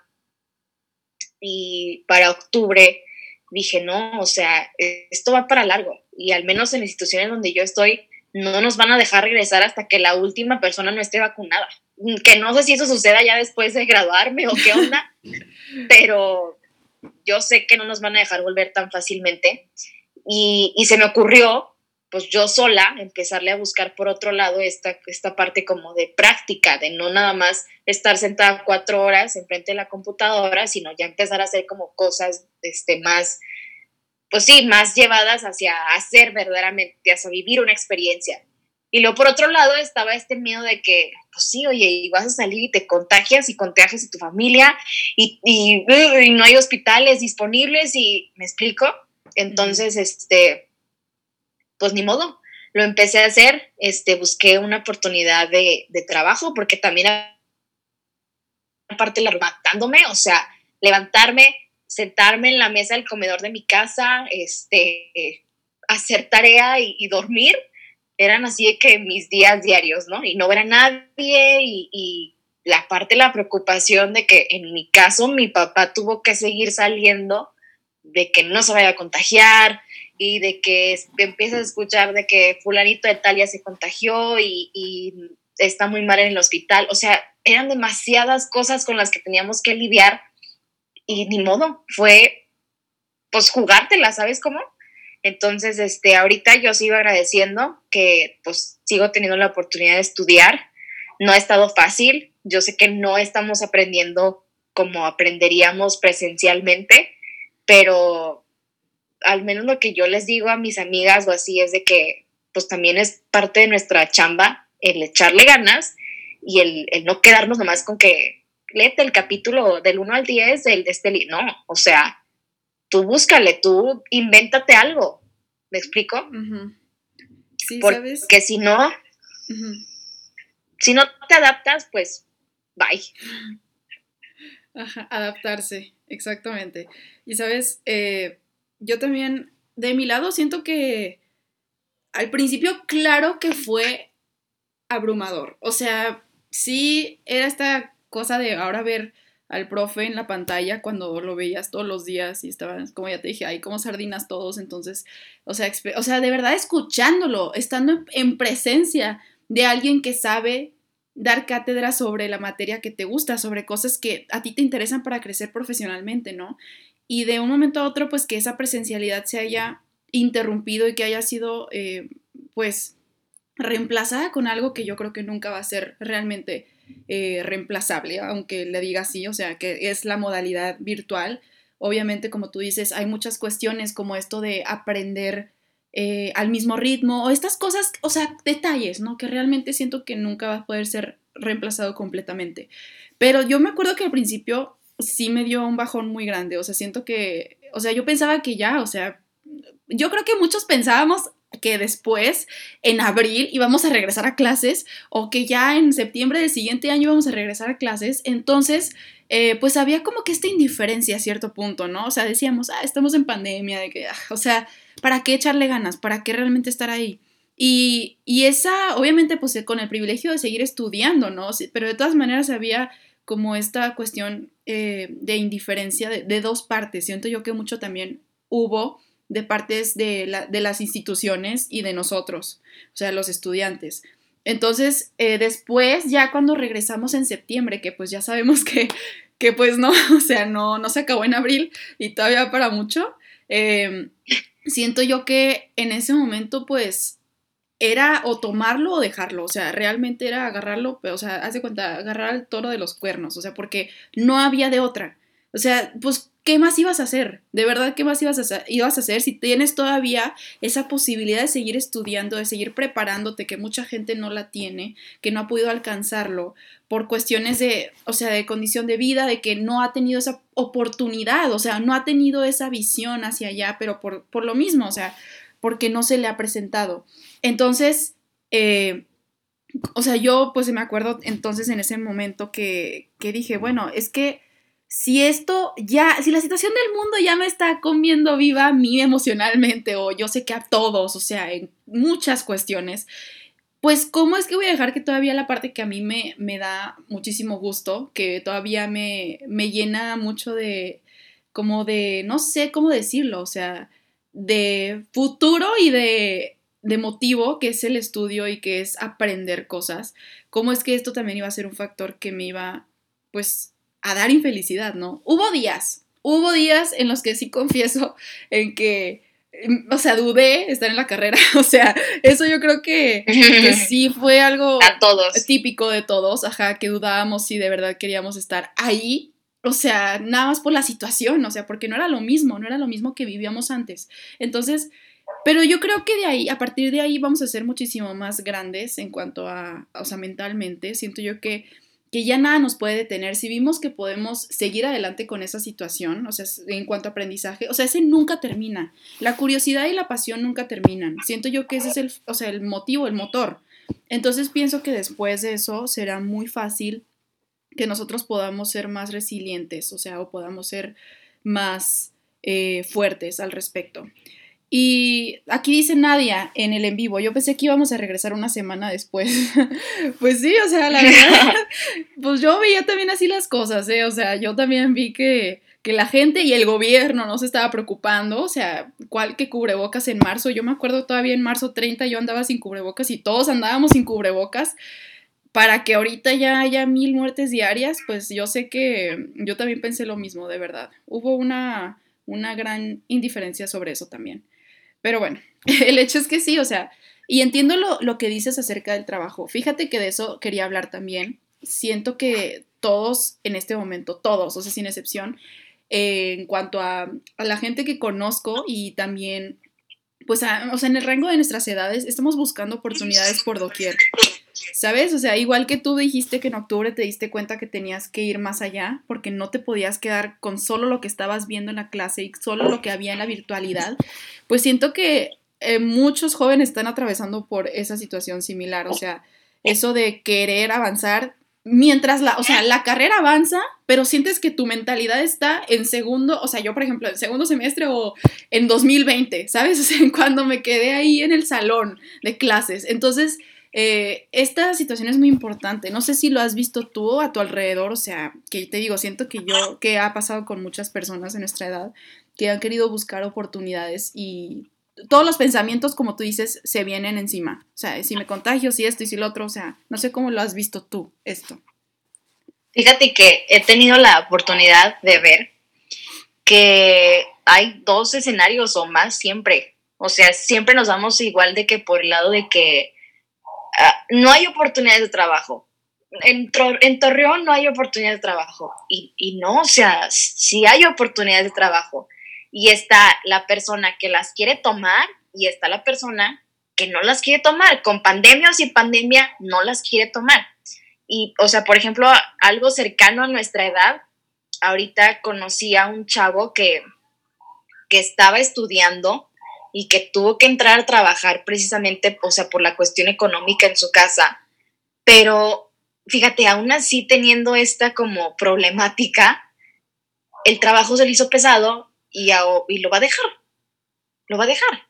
y para octubre dije, no, o sea, esto va para largo y al menos en las instituciones donde yo estoy no nos van a dejar regresar hasta que la última persona no esté vacunada. Que no sé si eso suceda ya después de graduarme o qué onda, pero yo sé que no nos van a dejar volver tan fácilmente y se me ocurrió pues yo sola empezarle a buscar por otro lado esta parte como de práctica, de no nada más estar sentada 4 horas enfrente de la computadora, sino ya empezar a hacer como cosas más, pues sí, más llevadas hacia hacer verdaderamente, hacia vivir una experiencia. Y luego por otro lado estaba este miedo de que, pues sí, oye, y vas a salir y te contagias y contagias a tu familia y no hay hospitales disponibles y, ¿me explico? Entonces, pues ni modo, lo empecé a hacer, busqué una oportunidad de trabajo, porque también aparte levantándome, o sea, levantarme, sentarme en la mesa del comedor de mi casa, hacer tarea y dormir, eran así de que mis días diarios, ¿no? Y no ver a nadie y la parte de la preocupación de que en mi caso mi papá tuvo que seguir saliendo, de que no se vaya a contagiar y de que empiezas a escuchar de que fulanito de tal ya se contagió y está muy mal en el hospital. O sea, eran demasiadas cosas con las que teníamos que lidiar y ni modo, fue pues jugártela, ¿sabes cómo? Entonces, ahorita yo sigo agradeciendo que pues sigo teniendo la oportunidad de estudiar. No ha estado fácil. Yo sé que no estamos aprendiendo como aprenderíamos presencialmente, pero al menos lo que yo les digo a mis amigas o así es de que pues también es parte de nuestra chamba el echarle ganas y el no quedarnos nomás con que léete el capítulo del 1 al 10 de este libro. No, o sea, tú búscale, tú invéntate algo. ¿Me explico? Uh-huh. Sí, porque ¿sabes? si no, si no te adaptas, pues bye. Ajá, adaptarse, exactamente. Y sabes, yo también, de mi lado, siento que al principio, claro que fue abrumador. O sea, sí era esta cosa de ahora ver al profe en la pantalla cuando lo veías todos los días y estaban, como ya te dije, ahí como sardinas todos. Entonces, o sea, de verdad escuchándolo, estando en presencia de alguien que sabe dar cátedra sobre la materia que te gusta, sobre cosas que a ti te interesan para crecer profesionalmente, ¿no? Y de un momento a otro, pues que esa presencialidad se haya interrumpido y que haya sido, pues, reemplazada con algo que yo creo que nunca va a ser realmente reemplazable, aunque le diga así, o sea, que es la modalidad virtual. Obviamente, como tú dices, hay muchas cuestiones como esto de aprender al mismo ritmo o estas cosas, o sea, detalles, ¿no? Que realmente siento que nunca va a poder ser reemplazado completamente. Pero yo me acuerdo que al principio sí me dio un bajón muy grande, o sea, siento que, o sea, yo pensaba que ya, o sea, yo creo que muchos pensábamos que después, en abril, íbamos a regresar a clases o que ya en septiembre del siguiente año íbamos a regresar a clases. Entonces, pues había como que esta indiferencia a cierto punto, ¿no? O sea, decíamos, estamos en pandemia, de que, o sea, ¿para qué echarle ganas? ¿Para qué realmente estar ahí? Y esa, obviamente, pues con el privilegio de seguir estudiando, ¿no? Sí, pero de todas maneras había como esta cuestión de indiferencia de dos partes. Siento yo que mucho también hubo de partes de las instituciones y de nosotros, o sea, los estudiantes. Entonces, después, ya cuando regresamos en septiembre, que pues ya sabemos que pues no, o sea, no se acabó en abril y todavía para mucho, siento yo que en ese momento pues era o tomarlo o dejarlo, o sea, realmente era agarrarlo, o sea, haz de cuenta, agarrar al toro de los cuernos, o sea, porque no había de otra. O sea, pues, ¿qué más ibas a hacer? De verdad, ¿qué más ibas a hacer si tienes todavía esa posibilidad de seguir estudiando, de seguir preparándote, que mucha gente no la tiene, que no ha podido alcanzarlo por cuestiones de, o sea, de condición de vida, de que no ha tenido esa oportunidad, o sea, no ha tenido esa visión hacia allá, pero por lo mismo, o sea, porque no se le ha presentado. Entonces, o sea, yo pues me acuerdo entonces en ese momento que dije, bueno, es que si esto ya, si la situación del mundo ya me está comiendo viva a mí emocionalmente, o yo sé que a todos, o sea, en muchas cuestiones, pues ¿cómo es que voy a dejar que todavía la parte que a mí me da muchísimo gusto, que todavía me llena mucho de, como de, no sé cómo decirlo, o sea, de futuro y de motivo, que es el estudio y que es aprender cosas, cómo es que esto también iba a ser un factor que me iba, pues, a dar infelicidad, ¿no? Hubo días en los que sí confieso en que, o sea, dudé estar en la carrera, o sea, eso yo creo que sí fue algo A todos. típico de todos, ajá, que dudábamos si de verdad queríamos estar ahí, o sea, nada más por la situación, o sea, porque no era lo mismo, no era lo mismo que vivíamos antes. Entonces, pero yo creo que de ahí, a partir de ahí vamos a ser muchísimo más grandes en cuanto a, o sea, mentalmente. Siento yo que que ya nada nos puede detener, si vimos que podemos seguir adelante con esa situación, o sea, en cuanto a aprendizaje, o sea, ese nunca termina. La curiosidad y la pasión nunca terminan. Siento yo que ese es o sea, el motivo, el motor. Entonces pienso que después de eso será muy fácil que nosotros podamos ser más resilientes, o sea, o podamos ser más fuertes al respecto. Y aquí dice Nadia en el en vivo, yo pensé que íbamos a regresar una semana después. Pues sí, o sea, la verdad, pues yo veía también así las cosas, ¿eh? O sea, yo también vi que la gente y el gobierno no se estaba preocupando, o sea, ¿cuál que cubrebocas en marzo? Yo me acuerdo todavía en marzo 30 yo andaba sin cubrebocas y todos andábamos sin cubrebocas. Para que ahorita ya haya 1000 muertes diarias, pues yo sé que yo también pensé lo mismo, de verdad. Hubo una gran indiferencia sobre eso también. Pero bueno, el hecho es que sí, o sea, y entiendo lo que dices acerca del trabajo. Fíjate que de eso quería hablar también. Siento que todos en este momento, todos, o sea, sin excepción, en cuanto a la gente que conozco y también, pues, o sea, en el rango de nuestras edades, estamos buscando oportunidades por doquier. ¿Sabes? O sea, igual que tú dijiste que en octubre te diste cuenta que tenías que ir más allá porque no te podías quedar con solo lo que estabas viendo en la clase y solo lo que había en la virtualidad, pues siento que muchos jóvenes están atravesando por esa situación similar, o sea, eso de querer avanzar mientras o sea, la carrera avanza, pero sientes que tu mentalidad está en segundo, o sea, yo por ejemplo, en segundo semestre o en 2020, ¿sabes? O sea, cuando me quedé ahí en el salón de clases. Entonces, esta situación es muy importante. No sé si lo has visto tú a tu alrededor, o sea, que te digo, siento que ha pasado con muchas personas de nuestra edad que han querido buscar oportunidades y todos los pensamientos, como tú dices, se vienen encima. O sea, si me contagio, si esto y si lo otro, o sea, no sé cómo lo has visto tú, esto. Fíjate que he tenido la oportunidad de ver que hay dos escenarios o más siempre. O sea, siempre nos vamos igual de que por el lado de que no hay oportunidades de trabajo. En Torreón no hay oportunidades de trabajo. Y no, o sea, sí hay oportunidades de trabajo. Y está la persona que las quiere tomar y está la persona que no las quiere tomar. Con pandemia o sin pandemia, no las quiere tomar. Y, o sea, por ejemplo, algo cercano a nuestra edad, ahorita conocí a un chavo que estaba estudiando y que tuvo que entrar a trabajar precisamente, o sea, por la cuestión económica en su casa. Pero fíjate, aún así teniendo esta como problemática, el trabajo se le hizo pesado y lo va a dejar, lo va a dejar.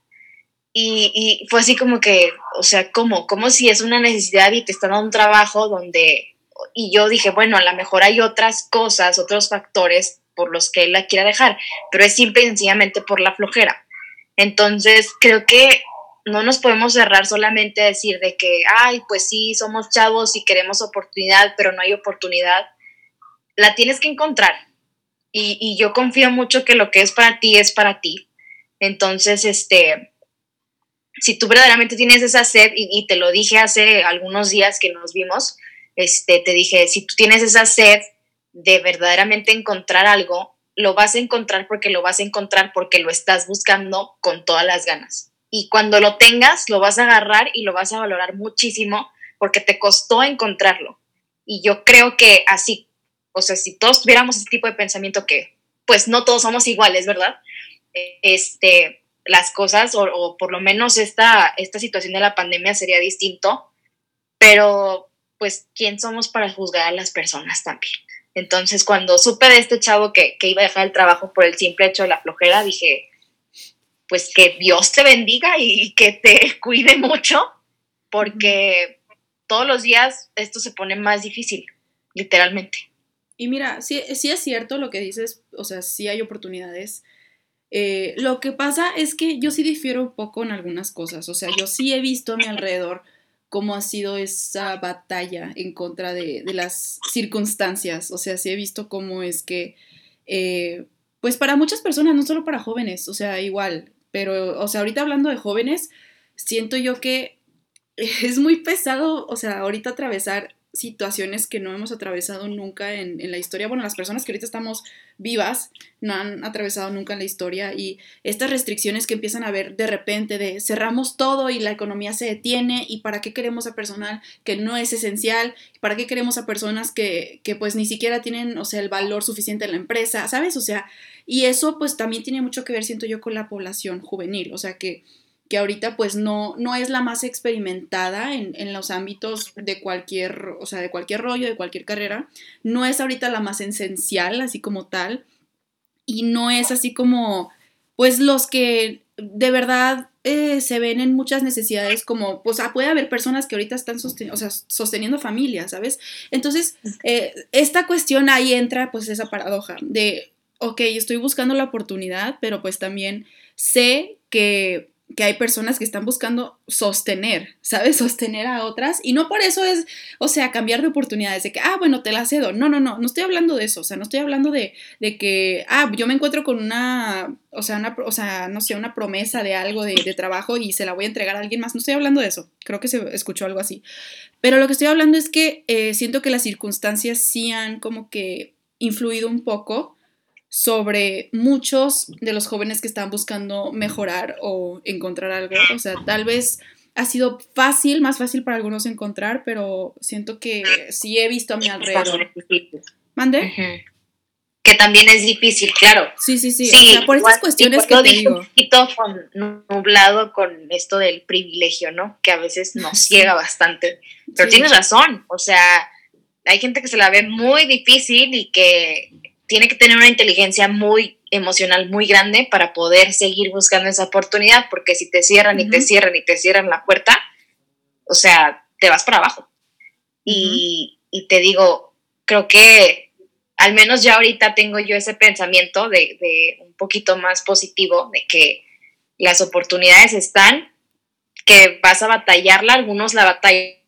Y fue así como que, o sea, ¿cómo si es una necesidad y te están dando un trabajo donde, y yo dije, bueno, a lo mejor hay otras cosas, otros factores por los que él la quiera dejar, pero es simple y sencillamente por la flojera. Entonces, creo que no nos podemos cerrar solamente a decir de que, ay, pues sí, somos chavos y queremos oportunidad, pero no hay oportunidad. La tienes que encontrar. Y yo confío mucho que lo que es para ti es para ti. Entonces, si tú verdaderamente tienes esa sed, y te lo dije hace algunos días que nos vimos, te dije, si tú tienes esa sed de verdaderamente encontrar algo, lo vas a encontrar porque lo vas a encontrar porque lo estás buscando con todas las ganas. Y cuando lo tengas, lo vas a agarrar y lo vas a valorar muchísimo porque te costó encontrarlo. Y yo creo que así, o sea, si todos tuviéramos ese tipo de pensamiento que, pues no todos somos iguales, ¿verdad? Las cosas, o por lo menos esta situación de la pandemia sería distinto, pero pues, ¿quién somos para juzgar a las personas también? Entonces, cuando supe de este chavo que iba a dejar el trabajo por el simple hecho de la flojera, dije, pues que Dios te bendiga y que te cuide mucho, porque todos los días esto se pone más difícil, literalmente. Y mira, sí, sí es cierto lo que dices, o sea, sí hay oportunidades. Lo que pasa es que yo sí difiero un poco en algunas cosas, o sea, yo sí he visto a mi alrededor cómo ha sido esa batalla en contra de las circunstancias, o sea, sí he visto cómo es que, pues para muchas personas, no solo para jóvenes, o sea, igual, pero, o sea, ahorita hablando de jóvenes, siento yo que es muy pesado, o sea, ahorita atravesar situaciones que no hemos atravesado nunca en la historia. Bueno, las personas que ahorita estamos vivas no han atravesado nunca en la historia, y estas restricciones que empiezan a haber de repente de cerramos todo y la economía se detiene, y para qué queremos a personal que no es esencial, para qué queremos a personas que pues ni siquiera tienen, o sea, el valor suficiente en la empresa, ¿sabes? O sea, y eso pues también tiene mucho que ver, siento yo, con la población juvenil, o sea, que ahorita pues no es la más experimentada en los ámbitos de cualquier, o sea, de cualquier rollo, de cualquier carrera, no es ahorita la más esencial, así como tal, y no es así como, pues los que de verdad se ven en muchas necesidades, como, pues puede haber personas que ahorita están o sea, sosteniendo familias, ¿sabes? Entonces, esta cuestión ahí entra pues esa paradoja de, ok, estoy buscando la oportunidad, pero pues también sé que hay personas que están buscando sostener, ¿sabes? Sostener a otras, y no por eso es, o sea, cambiar de oportunidades, de que, bueno, te la cedo. No estoy hablando de eso, o sea, no estoy hablando de que, yo me encuentro con o sea, no sé, una promesa de algo de trabajo y se la voy a entregar a alguien más, no estoy hablando de eso, creo que se escuchó algo así, pero lo que estoy hablando es que siento que las circunstancias sí han como que influido un poco sobre muchos de los jóvenes que están buscando mejorar o encontrar algo. O sea, tal vez ha sido fácil, más fácil para algunos encontrar, pero siento que sí he visto a mi alrededor. ¿Mande? Uh-huh. Que también es difícil, claro. Sí, o sea, por estas cuestiones que te digo. Un poquito nublado con esto del privilegio, ¿no? Que a veces nos ciega bastante. Pero tienes razón, o sea, hay gente que se la ve muy difícil y que tiene que tener una inteligencia muy emocional muy grande para poder seguir buscando esa oportunidad, porque si te cierran y te cierran y te cierran la puerta, o sea, te vas para abajo. Y te digo, creo que al menos ya ahorita tengo yo ese pensamiento de un poquito más positivo, de que las oportunidades están, que vas a batallarla, algunos la batallan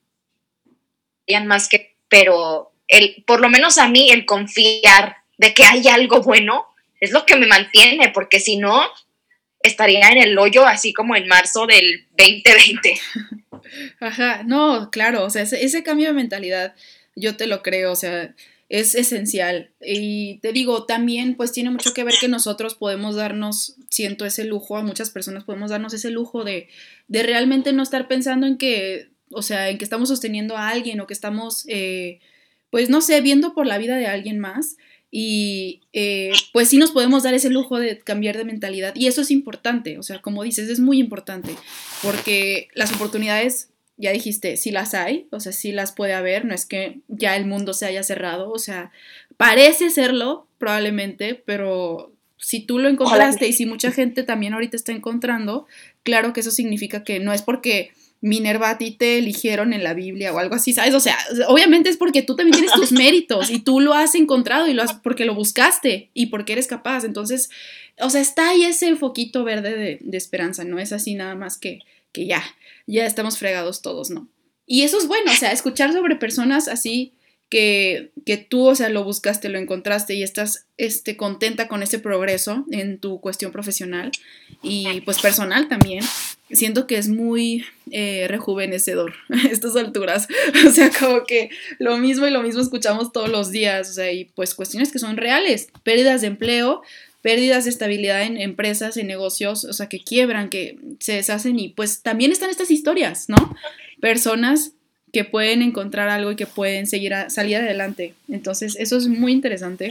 más que, pero por lo menos a mí el confiar de que hay algo bueno es lo que me mantiene, porque si no, estaría en el hoyo así como en marzo del 2020. Ajá, no, claro, o sea, ese cambio de mentalidad yo te lo creo, o sea, es esencial. Y te digo, también pues tiene mucho que ver que nosotros podemos darnos, siento ese lujo, a muchas personas podemos darnos ese lujo de realmente no estar pensando en que, o sea, en que estamos sosteniendo a alguien o que estamos, pues no sé, viendo por la vida de alguien más. Y pues sí nos podemos dar ese lujo de cambiar de mentalidad, y eso es importante, o sea, como dices, es muy importante, porque las oportunidades, ya dijiste, sí las hay, o sea, sí las puede haber, no es que ya el mundo se haya cerrado, o sea, parece serlo probablemente, pero si tú lo encontraste y si mucha gente también ahorita está encontrando, claro que eso significa que no es porque Minerva, a ti te eligieron en la Biblia o algo así, ¿sabes? O sea, obviamente es porque tú también tienes tus méritos y tú lo has encontrado y porque lo buscaste y porque eres capaz. Entonces, o sea, está ahí ese foquito verde de esperanza, no es así nada más que ya estamos fregados todos, ¿no? Y eso es bueno, o sea, escuchar sobre personas así que tú, o sea, lo buscaste, lo encontraste y estás contenta con ese progreso en tu cuestión profesional y pues personal también. Siento que es muy rejuvenecedor a estas alturas. O sea, como que lo mismo y lo mismo escuchamos todos los días. O sea, y pues cuestiones que son reales. Pérdidas de empleo, pérdidas de estabilidad en empresas, en negocios, o sea, que quiebran, que se deshacen, y pues también están estas historias, ¿no? Personas que pueden encontrar algo y que pueden salir adelante. Entonces, eso es muy interesante.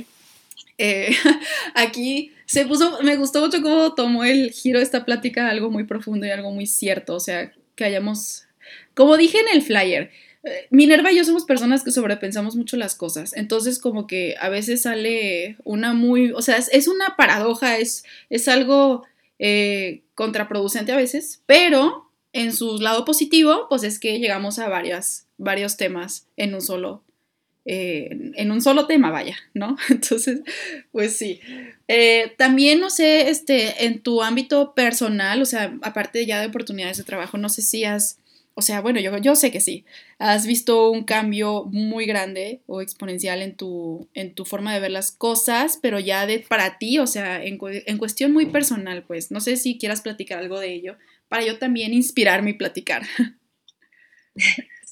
Aquí me gustó mucho cómo tomó el giro esta plática, algo muy profundo y algo muy cierto, o sea, que hayamos, como dije en el flyer, Minerva y yo somos personas que sobrepensamos mucho las cosas, entonces como que a veces sale o sea, es una paradoja, es algo contraproducente a veces, pero en su lado positivo, pues es que llegamos a varios temas en un solo tema, vaya, ¿no? Entonces, pues sí. También, no sé, en tu ámbito personal, o sea, aparte ya de oportunidades de trabajo, no sé si o sea, bueno, yo sé que sí, has visto un cambio muy grande o exponencial en tu forma de ver las cosas, pero ya para ti, o sea, en cuestión muy personal, pues, no sé si quieras platicar algo de ello, para yo también inspirarme y platicar.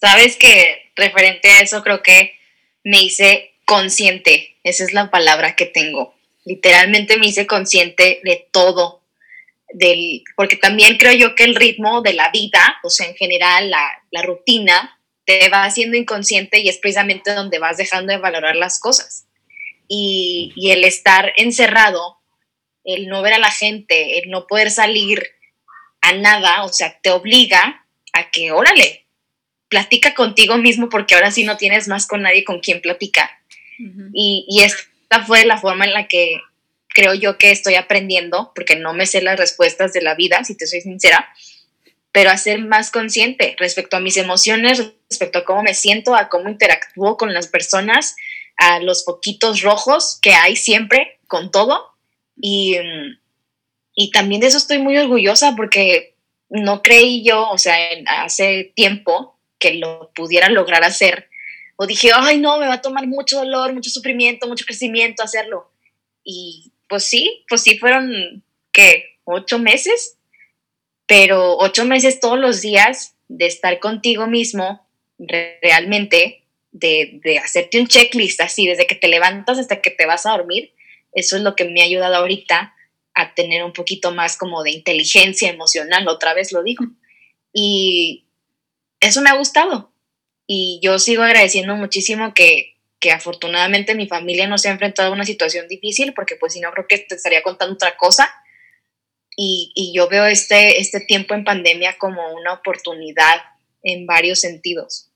Sabes que referente a eso creo que me hice consciente, esa es la palabra que tengo. Literalmente me hice consciente de todo, porque también creo yo que el ritmo de la vida, o sea, en general la rutina, te va haciendo inconsciente y es precisamente donde vas dejando de valorar las cosas. Y el estar encerrado, el no ver a la gente, el no poder salir a nada, o sea, te obliga a que, órale, platica contigo mismo porque ahora sí no tienes más con nadie con quien platicar. Uh-huh. Y esta fue la forma en la que creo yo que estoy aprendiendo, porque no me sé las respuestas de la vida, si te soy sincera, pero a ser más consciente respecto a mis emociones, respecto a cómo me siento, a cómo interactúo con las personas, a los foquitos rojos que hay siempre con todo. Y también de eso estoy muy orgullosa porque no creí yo, o sea, hace tiempo que lo pudiera lograr hacer. O dije, ay, no, me va a tomar mucho dolor, mucho sufrimiento, mucho crecimiento hacerlo. Y pues sí fueron, ¿qué? 8 meses, pero 8 meses todos los días de estar contigo mismo, realmente, de hacerte un checklist así, desde que te levantas hasta que te vas a dormir. Eso es lo que me ha ayudado ahorita a tener un poquito más como de inteligencia emocional, otra vez lo digo. Y eso me ha gustado. Y yo sigo agradeciendo muchísimo que afortunadamente mi familia no se ha enfrentado a una situación difícil, porque pues si no creo que te estaría contando otra cosa. Y yo veo este tiempo en pandemia como una oportunidad en varios sentidos.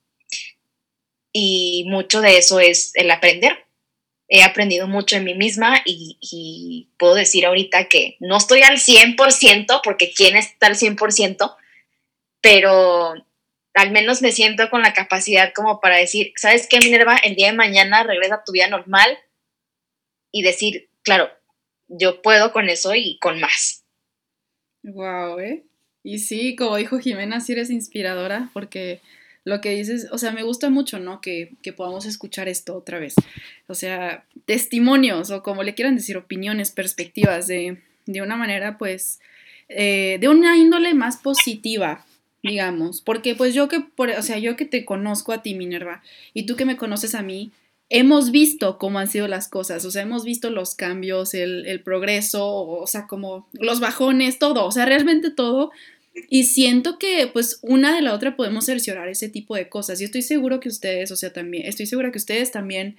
Y mucho de eso es el aprender. He aprendido mucho en mí misma y puedo decir ahorita que no estoy al 100%, porque ¿quién está al 100%? Pero al menos me siento con la capacidad como para decir, ¿sabes qué, Minerva? El día de mañana regresa a tu vida normal y decir, claro, yo puedo con eso y con más. Wow, Y sí, como dijo Jimena, sí eres inspiradora, porque lo que dices, o sea, me gusta mucho, ¿no? Que podamos escuchar esto otra vez. O sea, testimonios, o como le quieran decir, opiniones, perspectivas, de una manera, pues, de una índole más positiva, digamos. Porque, pues, yo que te conozco a ti, Minerva, y tú que me conoces a mí, hemos visto cómo han sido las cosas, o sea, hemos visto los cambios, el progreso, o sea, como los bajones, todo, o sea, realmente todo. Y siento que, pues, una de la otra podemos cerciorar ese tipo de cosas. Y estoy seguro que ustedes, o sea, también, estoy segura que ustedes también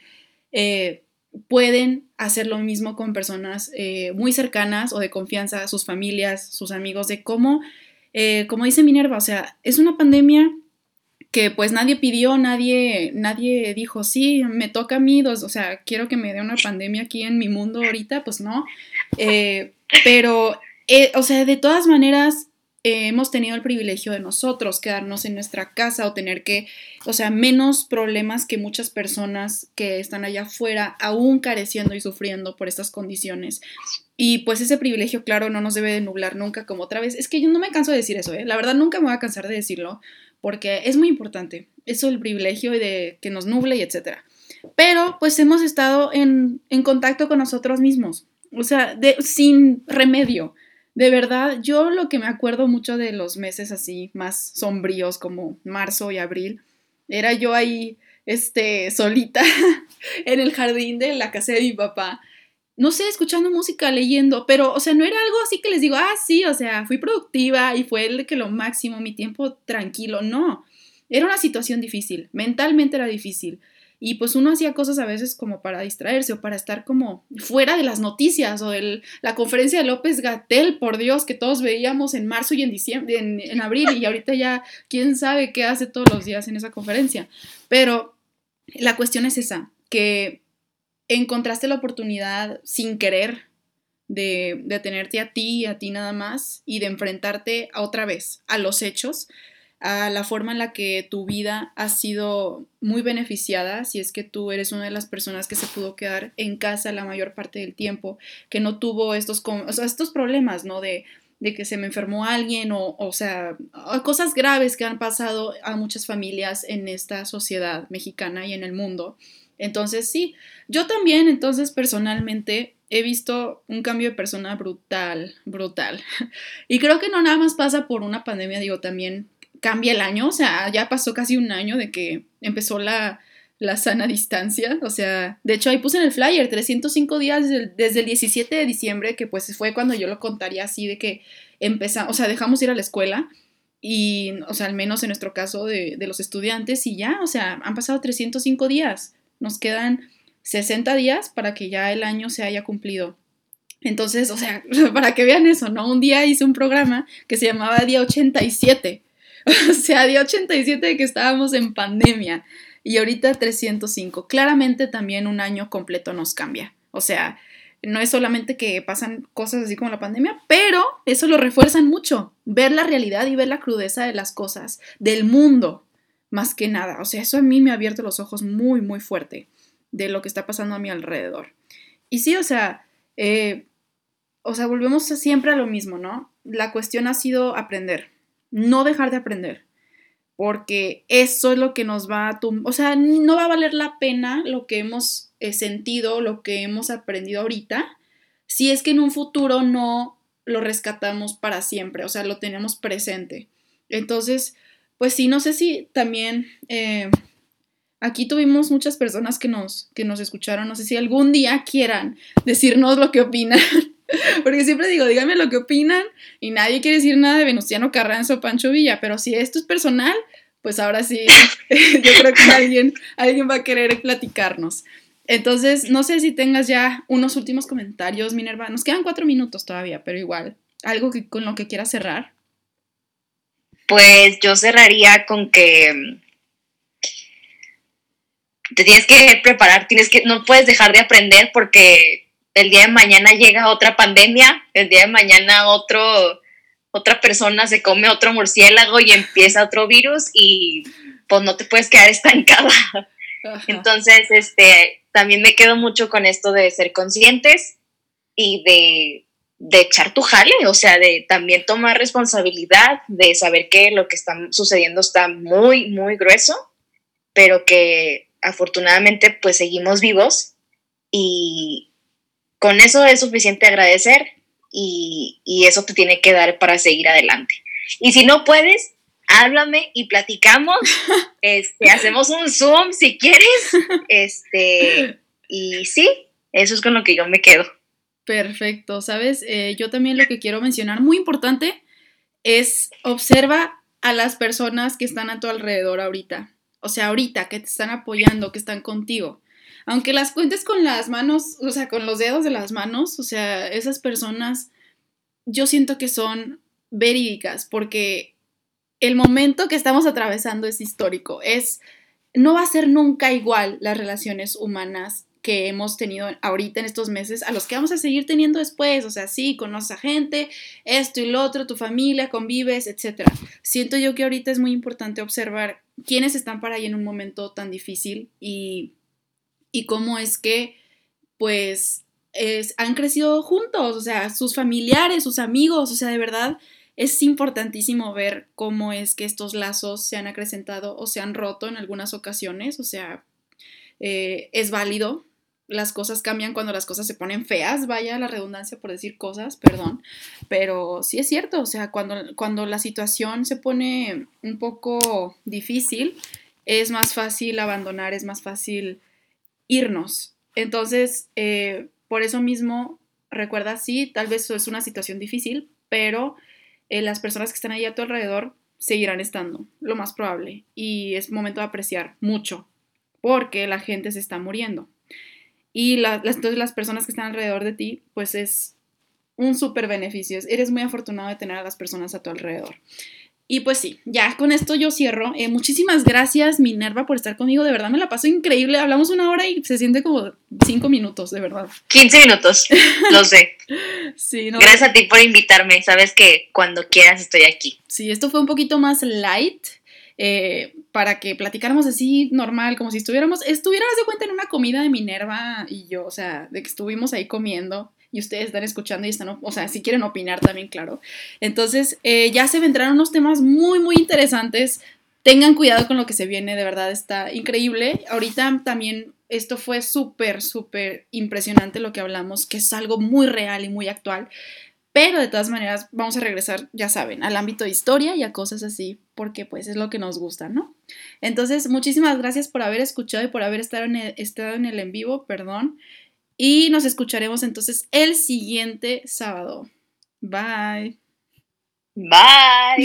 pueden hacer lo mismo con personas muy cercanas o de confianza, sus familias, sus amigos, de cómo, como dice Minerva, o sea, es una pandemia que pues nadie pidió, nadie dijo, sí, me toca a mí, o sea, quiero que me dé una pandemia aquí en mi mundo ahorita, pues no. Pero, o sea, de todas maneras, hemos tenido el privilegio de nosotros quedarnos en nuestra casa o tener que, o sea, menos problemas que muchas personas que están allá afuera, aún careciendo y sufriendo por estas condiciones. Y pues ese privilegio, claro, no nos debe de nublar nunca, como otra vez. Es que yo no me canso de decir eso, la verdad nunca me voy a cansar de decirlo, porque es muy importante eso, el privilegio de que nos nuble y etcétera. Pero pues hemos estado en contacto con nosotros mismos, o sea, sin remedio. De verdad, yo lo que me acuerdo mucho de los meses así más sombríos como marzo y abril, era yo ahí, solita en el jardín de la casa de mi papá, no sé, escuchando música, leyendo, pero, o sea, no era algo así que les digo, sí, o sea, fui productiva y fue el que lo máximo, mi tiempo tranquilo, no. Era una situación difícil, mentalmente era difícil. Y pues uno hacía cosas a veces como para distraerse o para estar como fuera de las noticias o de la conferencia de López-Gatell, por Dios, que todos veíamos en marzo y en diciembre, en abril, y ahorita ya quién sabe qué hace todos los días en esa conferencia. Pero la cuestión es esa, que encontraste la oportunidad sin querer de tenerte a ti nada más y de enfrentarte a otra vez a los hechos, a la forma en la que tu vida ha sido muy beneficiada, si es que tú eres una de las personas que se pudo quedar en casa la mayor parte del tiempo, que no tuvo estos problemas, ¿no? De que se me enfermó alguien o sea, cosas graves que han pasado a muchas familias en esta sociedad mexicana y en el mundo. Entonces, sí, yo también, entonces, personalmente, he visto un cambio de persona brutal, brutal. Y creo que no nada más pasa por una pandemia, digo, también cambia el año, o sea, ya pasó casi un año de que empezó la sana distancia, o sea, de hecho ahí puse en el flyer 305 días desde el 17 de diciembre, que pues fue cuando yo lo contaría así de que empezamos, o sea, dejamos ir a la escuela y, o sea, al menos en nuestro caso de los estudiantes y ya, o sea, han pasado 305 días, nos quedan 60 días para que ya el año se haya cumplido. Entonces, o sea, para que vean eso, ¿no? Un día hice un programa que se llamaba Día 87. O sea, día 87 de que estábamos en pandemia y ahorita 305. Claramente también un año completo nos cambia. O sea, no es solamente que pasan cosas así como la pandemia, pero eso lo refuerzan mucho. Ver la realidad y ver la crudeza de las cosas, del mundo, más que nada. O sea, eso a mí me ha abierto los ojos muy, muy fuerte de lo que está pasando a mi alrededor. Y sí, volvemos siempre a lo mismo, ¿no? La cuestión ha sido aprender, no dejar de aprender, porque eso es lo que nos va a o sea, no va a valer la pena lo que hemos sentido, lo que hemos aprendido ahorita, si es que en un futuro no lo rescatamos para siempre, o sea, lo tenemos presente. Entonces, pues sí, no sé si también aquí tuvimos muchas personas que nos escucharon, no sé si algún día quieran decirnos lo que opinan. Porque siempre digo, díganme lo que opinan y nadie quiere decir nada de Venustiano Carranza o Pancho Villa, pero si esto es personal, pues ahora sí, yo creo que alguien va a querer platicarnos. Entonces, no sé si tengas ya unos últimos comentarios, Minerva. Nos quedan 4 minutos todavía, pero igual, algo con lo que quieras cerrar. Pues yo cerraría con que te tienes que preparar, no puedes dejar de aprender porque el día de mañana llega otra pandemia, el día de mañana otra persona se come otro murciélago y empieza otro virus y pues no te puedes quedar estancada. Ajá. Entonces, también me quedo mucho con esto de ser conscientes y de echar tu jale, o sea, de también tomar responsabilidad, de saber que lo que está sucediendo está muy, muy grueso, pero que afortunadamente pues seguimos vivos y con eso es suficiente agradecer y eso te tiene que dar para seguir adelante. Y si no puedes, háblame y platicamos, hacemos un Zoom si quieres, y sí, eso es con lo que yo me quedo. Perfecto, ¿sabes? Yo también lo que quiero mencionar, muy importante, es observa a las personas que están a tu alrededor ahorita. O sea, ahorita, que te están apoyando, que están contigo. Aunque las cuentes con las manos, o sea, con los dedos de las manos, o sea, esas personas, yo siento que son verídicas, porque el momento que estamos atravesando es histórico. No va a ser nunca igual las relaciones humanas que hemos tenido ahorita en estos meses a los que vamos a seguir teniendo después, o sea, sí, conoces a gente, esto y lo otro, tu familia, convives, etc. Siento yo que ahorita es muy importante observar quiénes están para ahí en un momento tan difícil y cómo es que, pues, han crecido juntos, o sea, sus familiares, sus amigos, o sea, de verdad es importantísimo ver cómo es que estos lazos se han acrecentado o se han roto en algunas ocasiones, o sea, es válido. Las cosas cambian cuando las cosas se ponen feas, vaya la redundancia por decir cosas, perdón, pero sí es cierto, o sea, cuando la situación se pone un poco difícil, es más fácil abandonar, es más fácil irnos. Entonces, por eso mismo, recuerda, sí, tal vez es una situación difícil, pero las personas que están ahí a tu alrededor seguirán estando, lo más probable, y es momento de apreciar mucho, porque la gente se está muriendo. Y entonces las personas que están alrededor de ti, pues es un súper beneficio. Eres muy afortunado de tener a las personas a tu alrededor. Y pues sí, ya con esto yo cierro. Muchísimas gracias, Minerva, por estar conmigo. De verdad me la paso increíble. Hablamos 1 hora y se siente como 5 minutos, de verdad. 15 minutos, lo sé. Sí, no, gracias a ti por invitarme. Sabes que cuando quieras estoy aquí. Sí, esto fue un poquito más light. Para que platicáramos así normal, como si estuvieras de cuenta en una comida de Minerva y yo, o sea, de que estuvimos ahí comiendo y ustedes están escuchando y están, o sea, si quieren opinar también, claro. Entonces, ya se vendrán unos temas muy, muy interesantes. Tengan cuidado con lo que se viene, de verdad está increíble. Ahorita también esto fue súper, súper impresionante lo que hablamos, que es algo muy real y muy actual. pero de todas maneras vamos a regresar, ya saben, al ámbito de historia y a cosas así, porque pues es lo que nos gusta, ¿no? Entonces, muchísimas gracias por haber escuchado y por haber estado en el en vivo, perdón, y nos escucharemos entonces el siguiente sábado. Bye. Bye.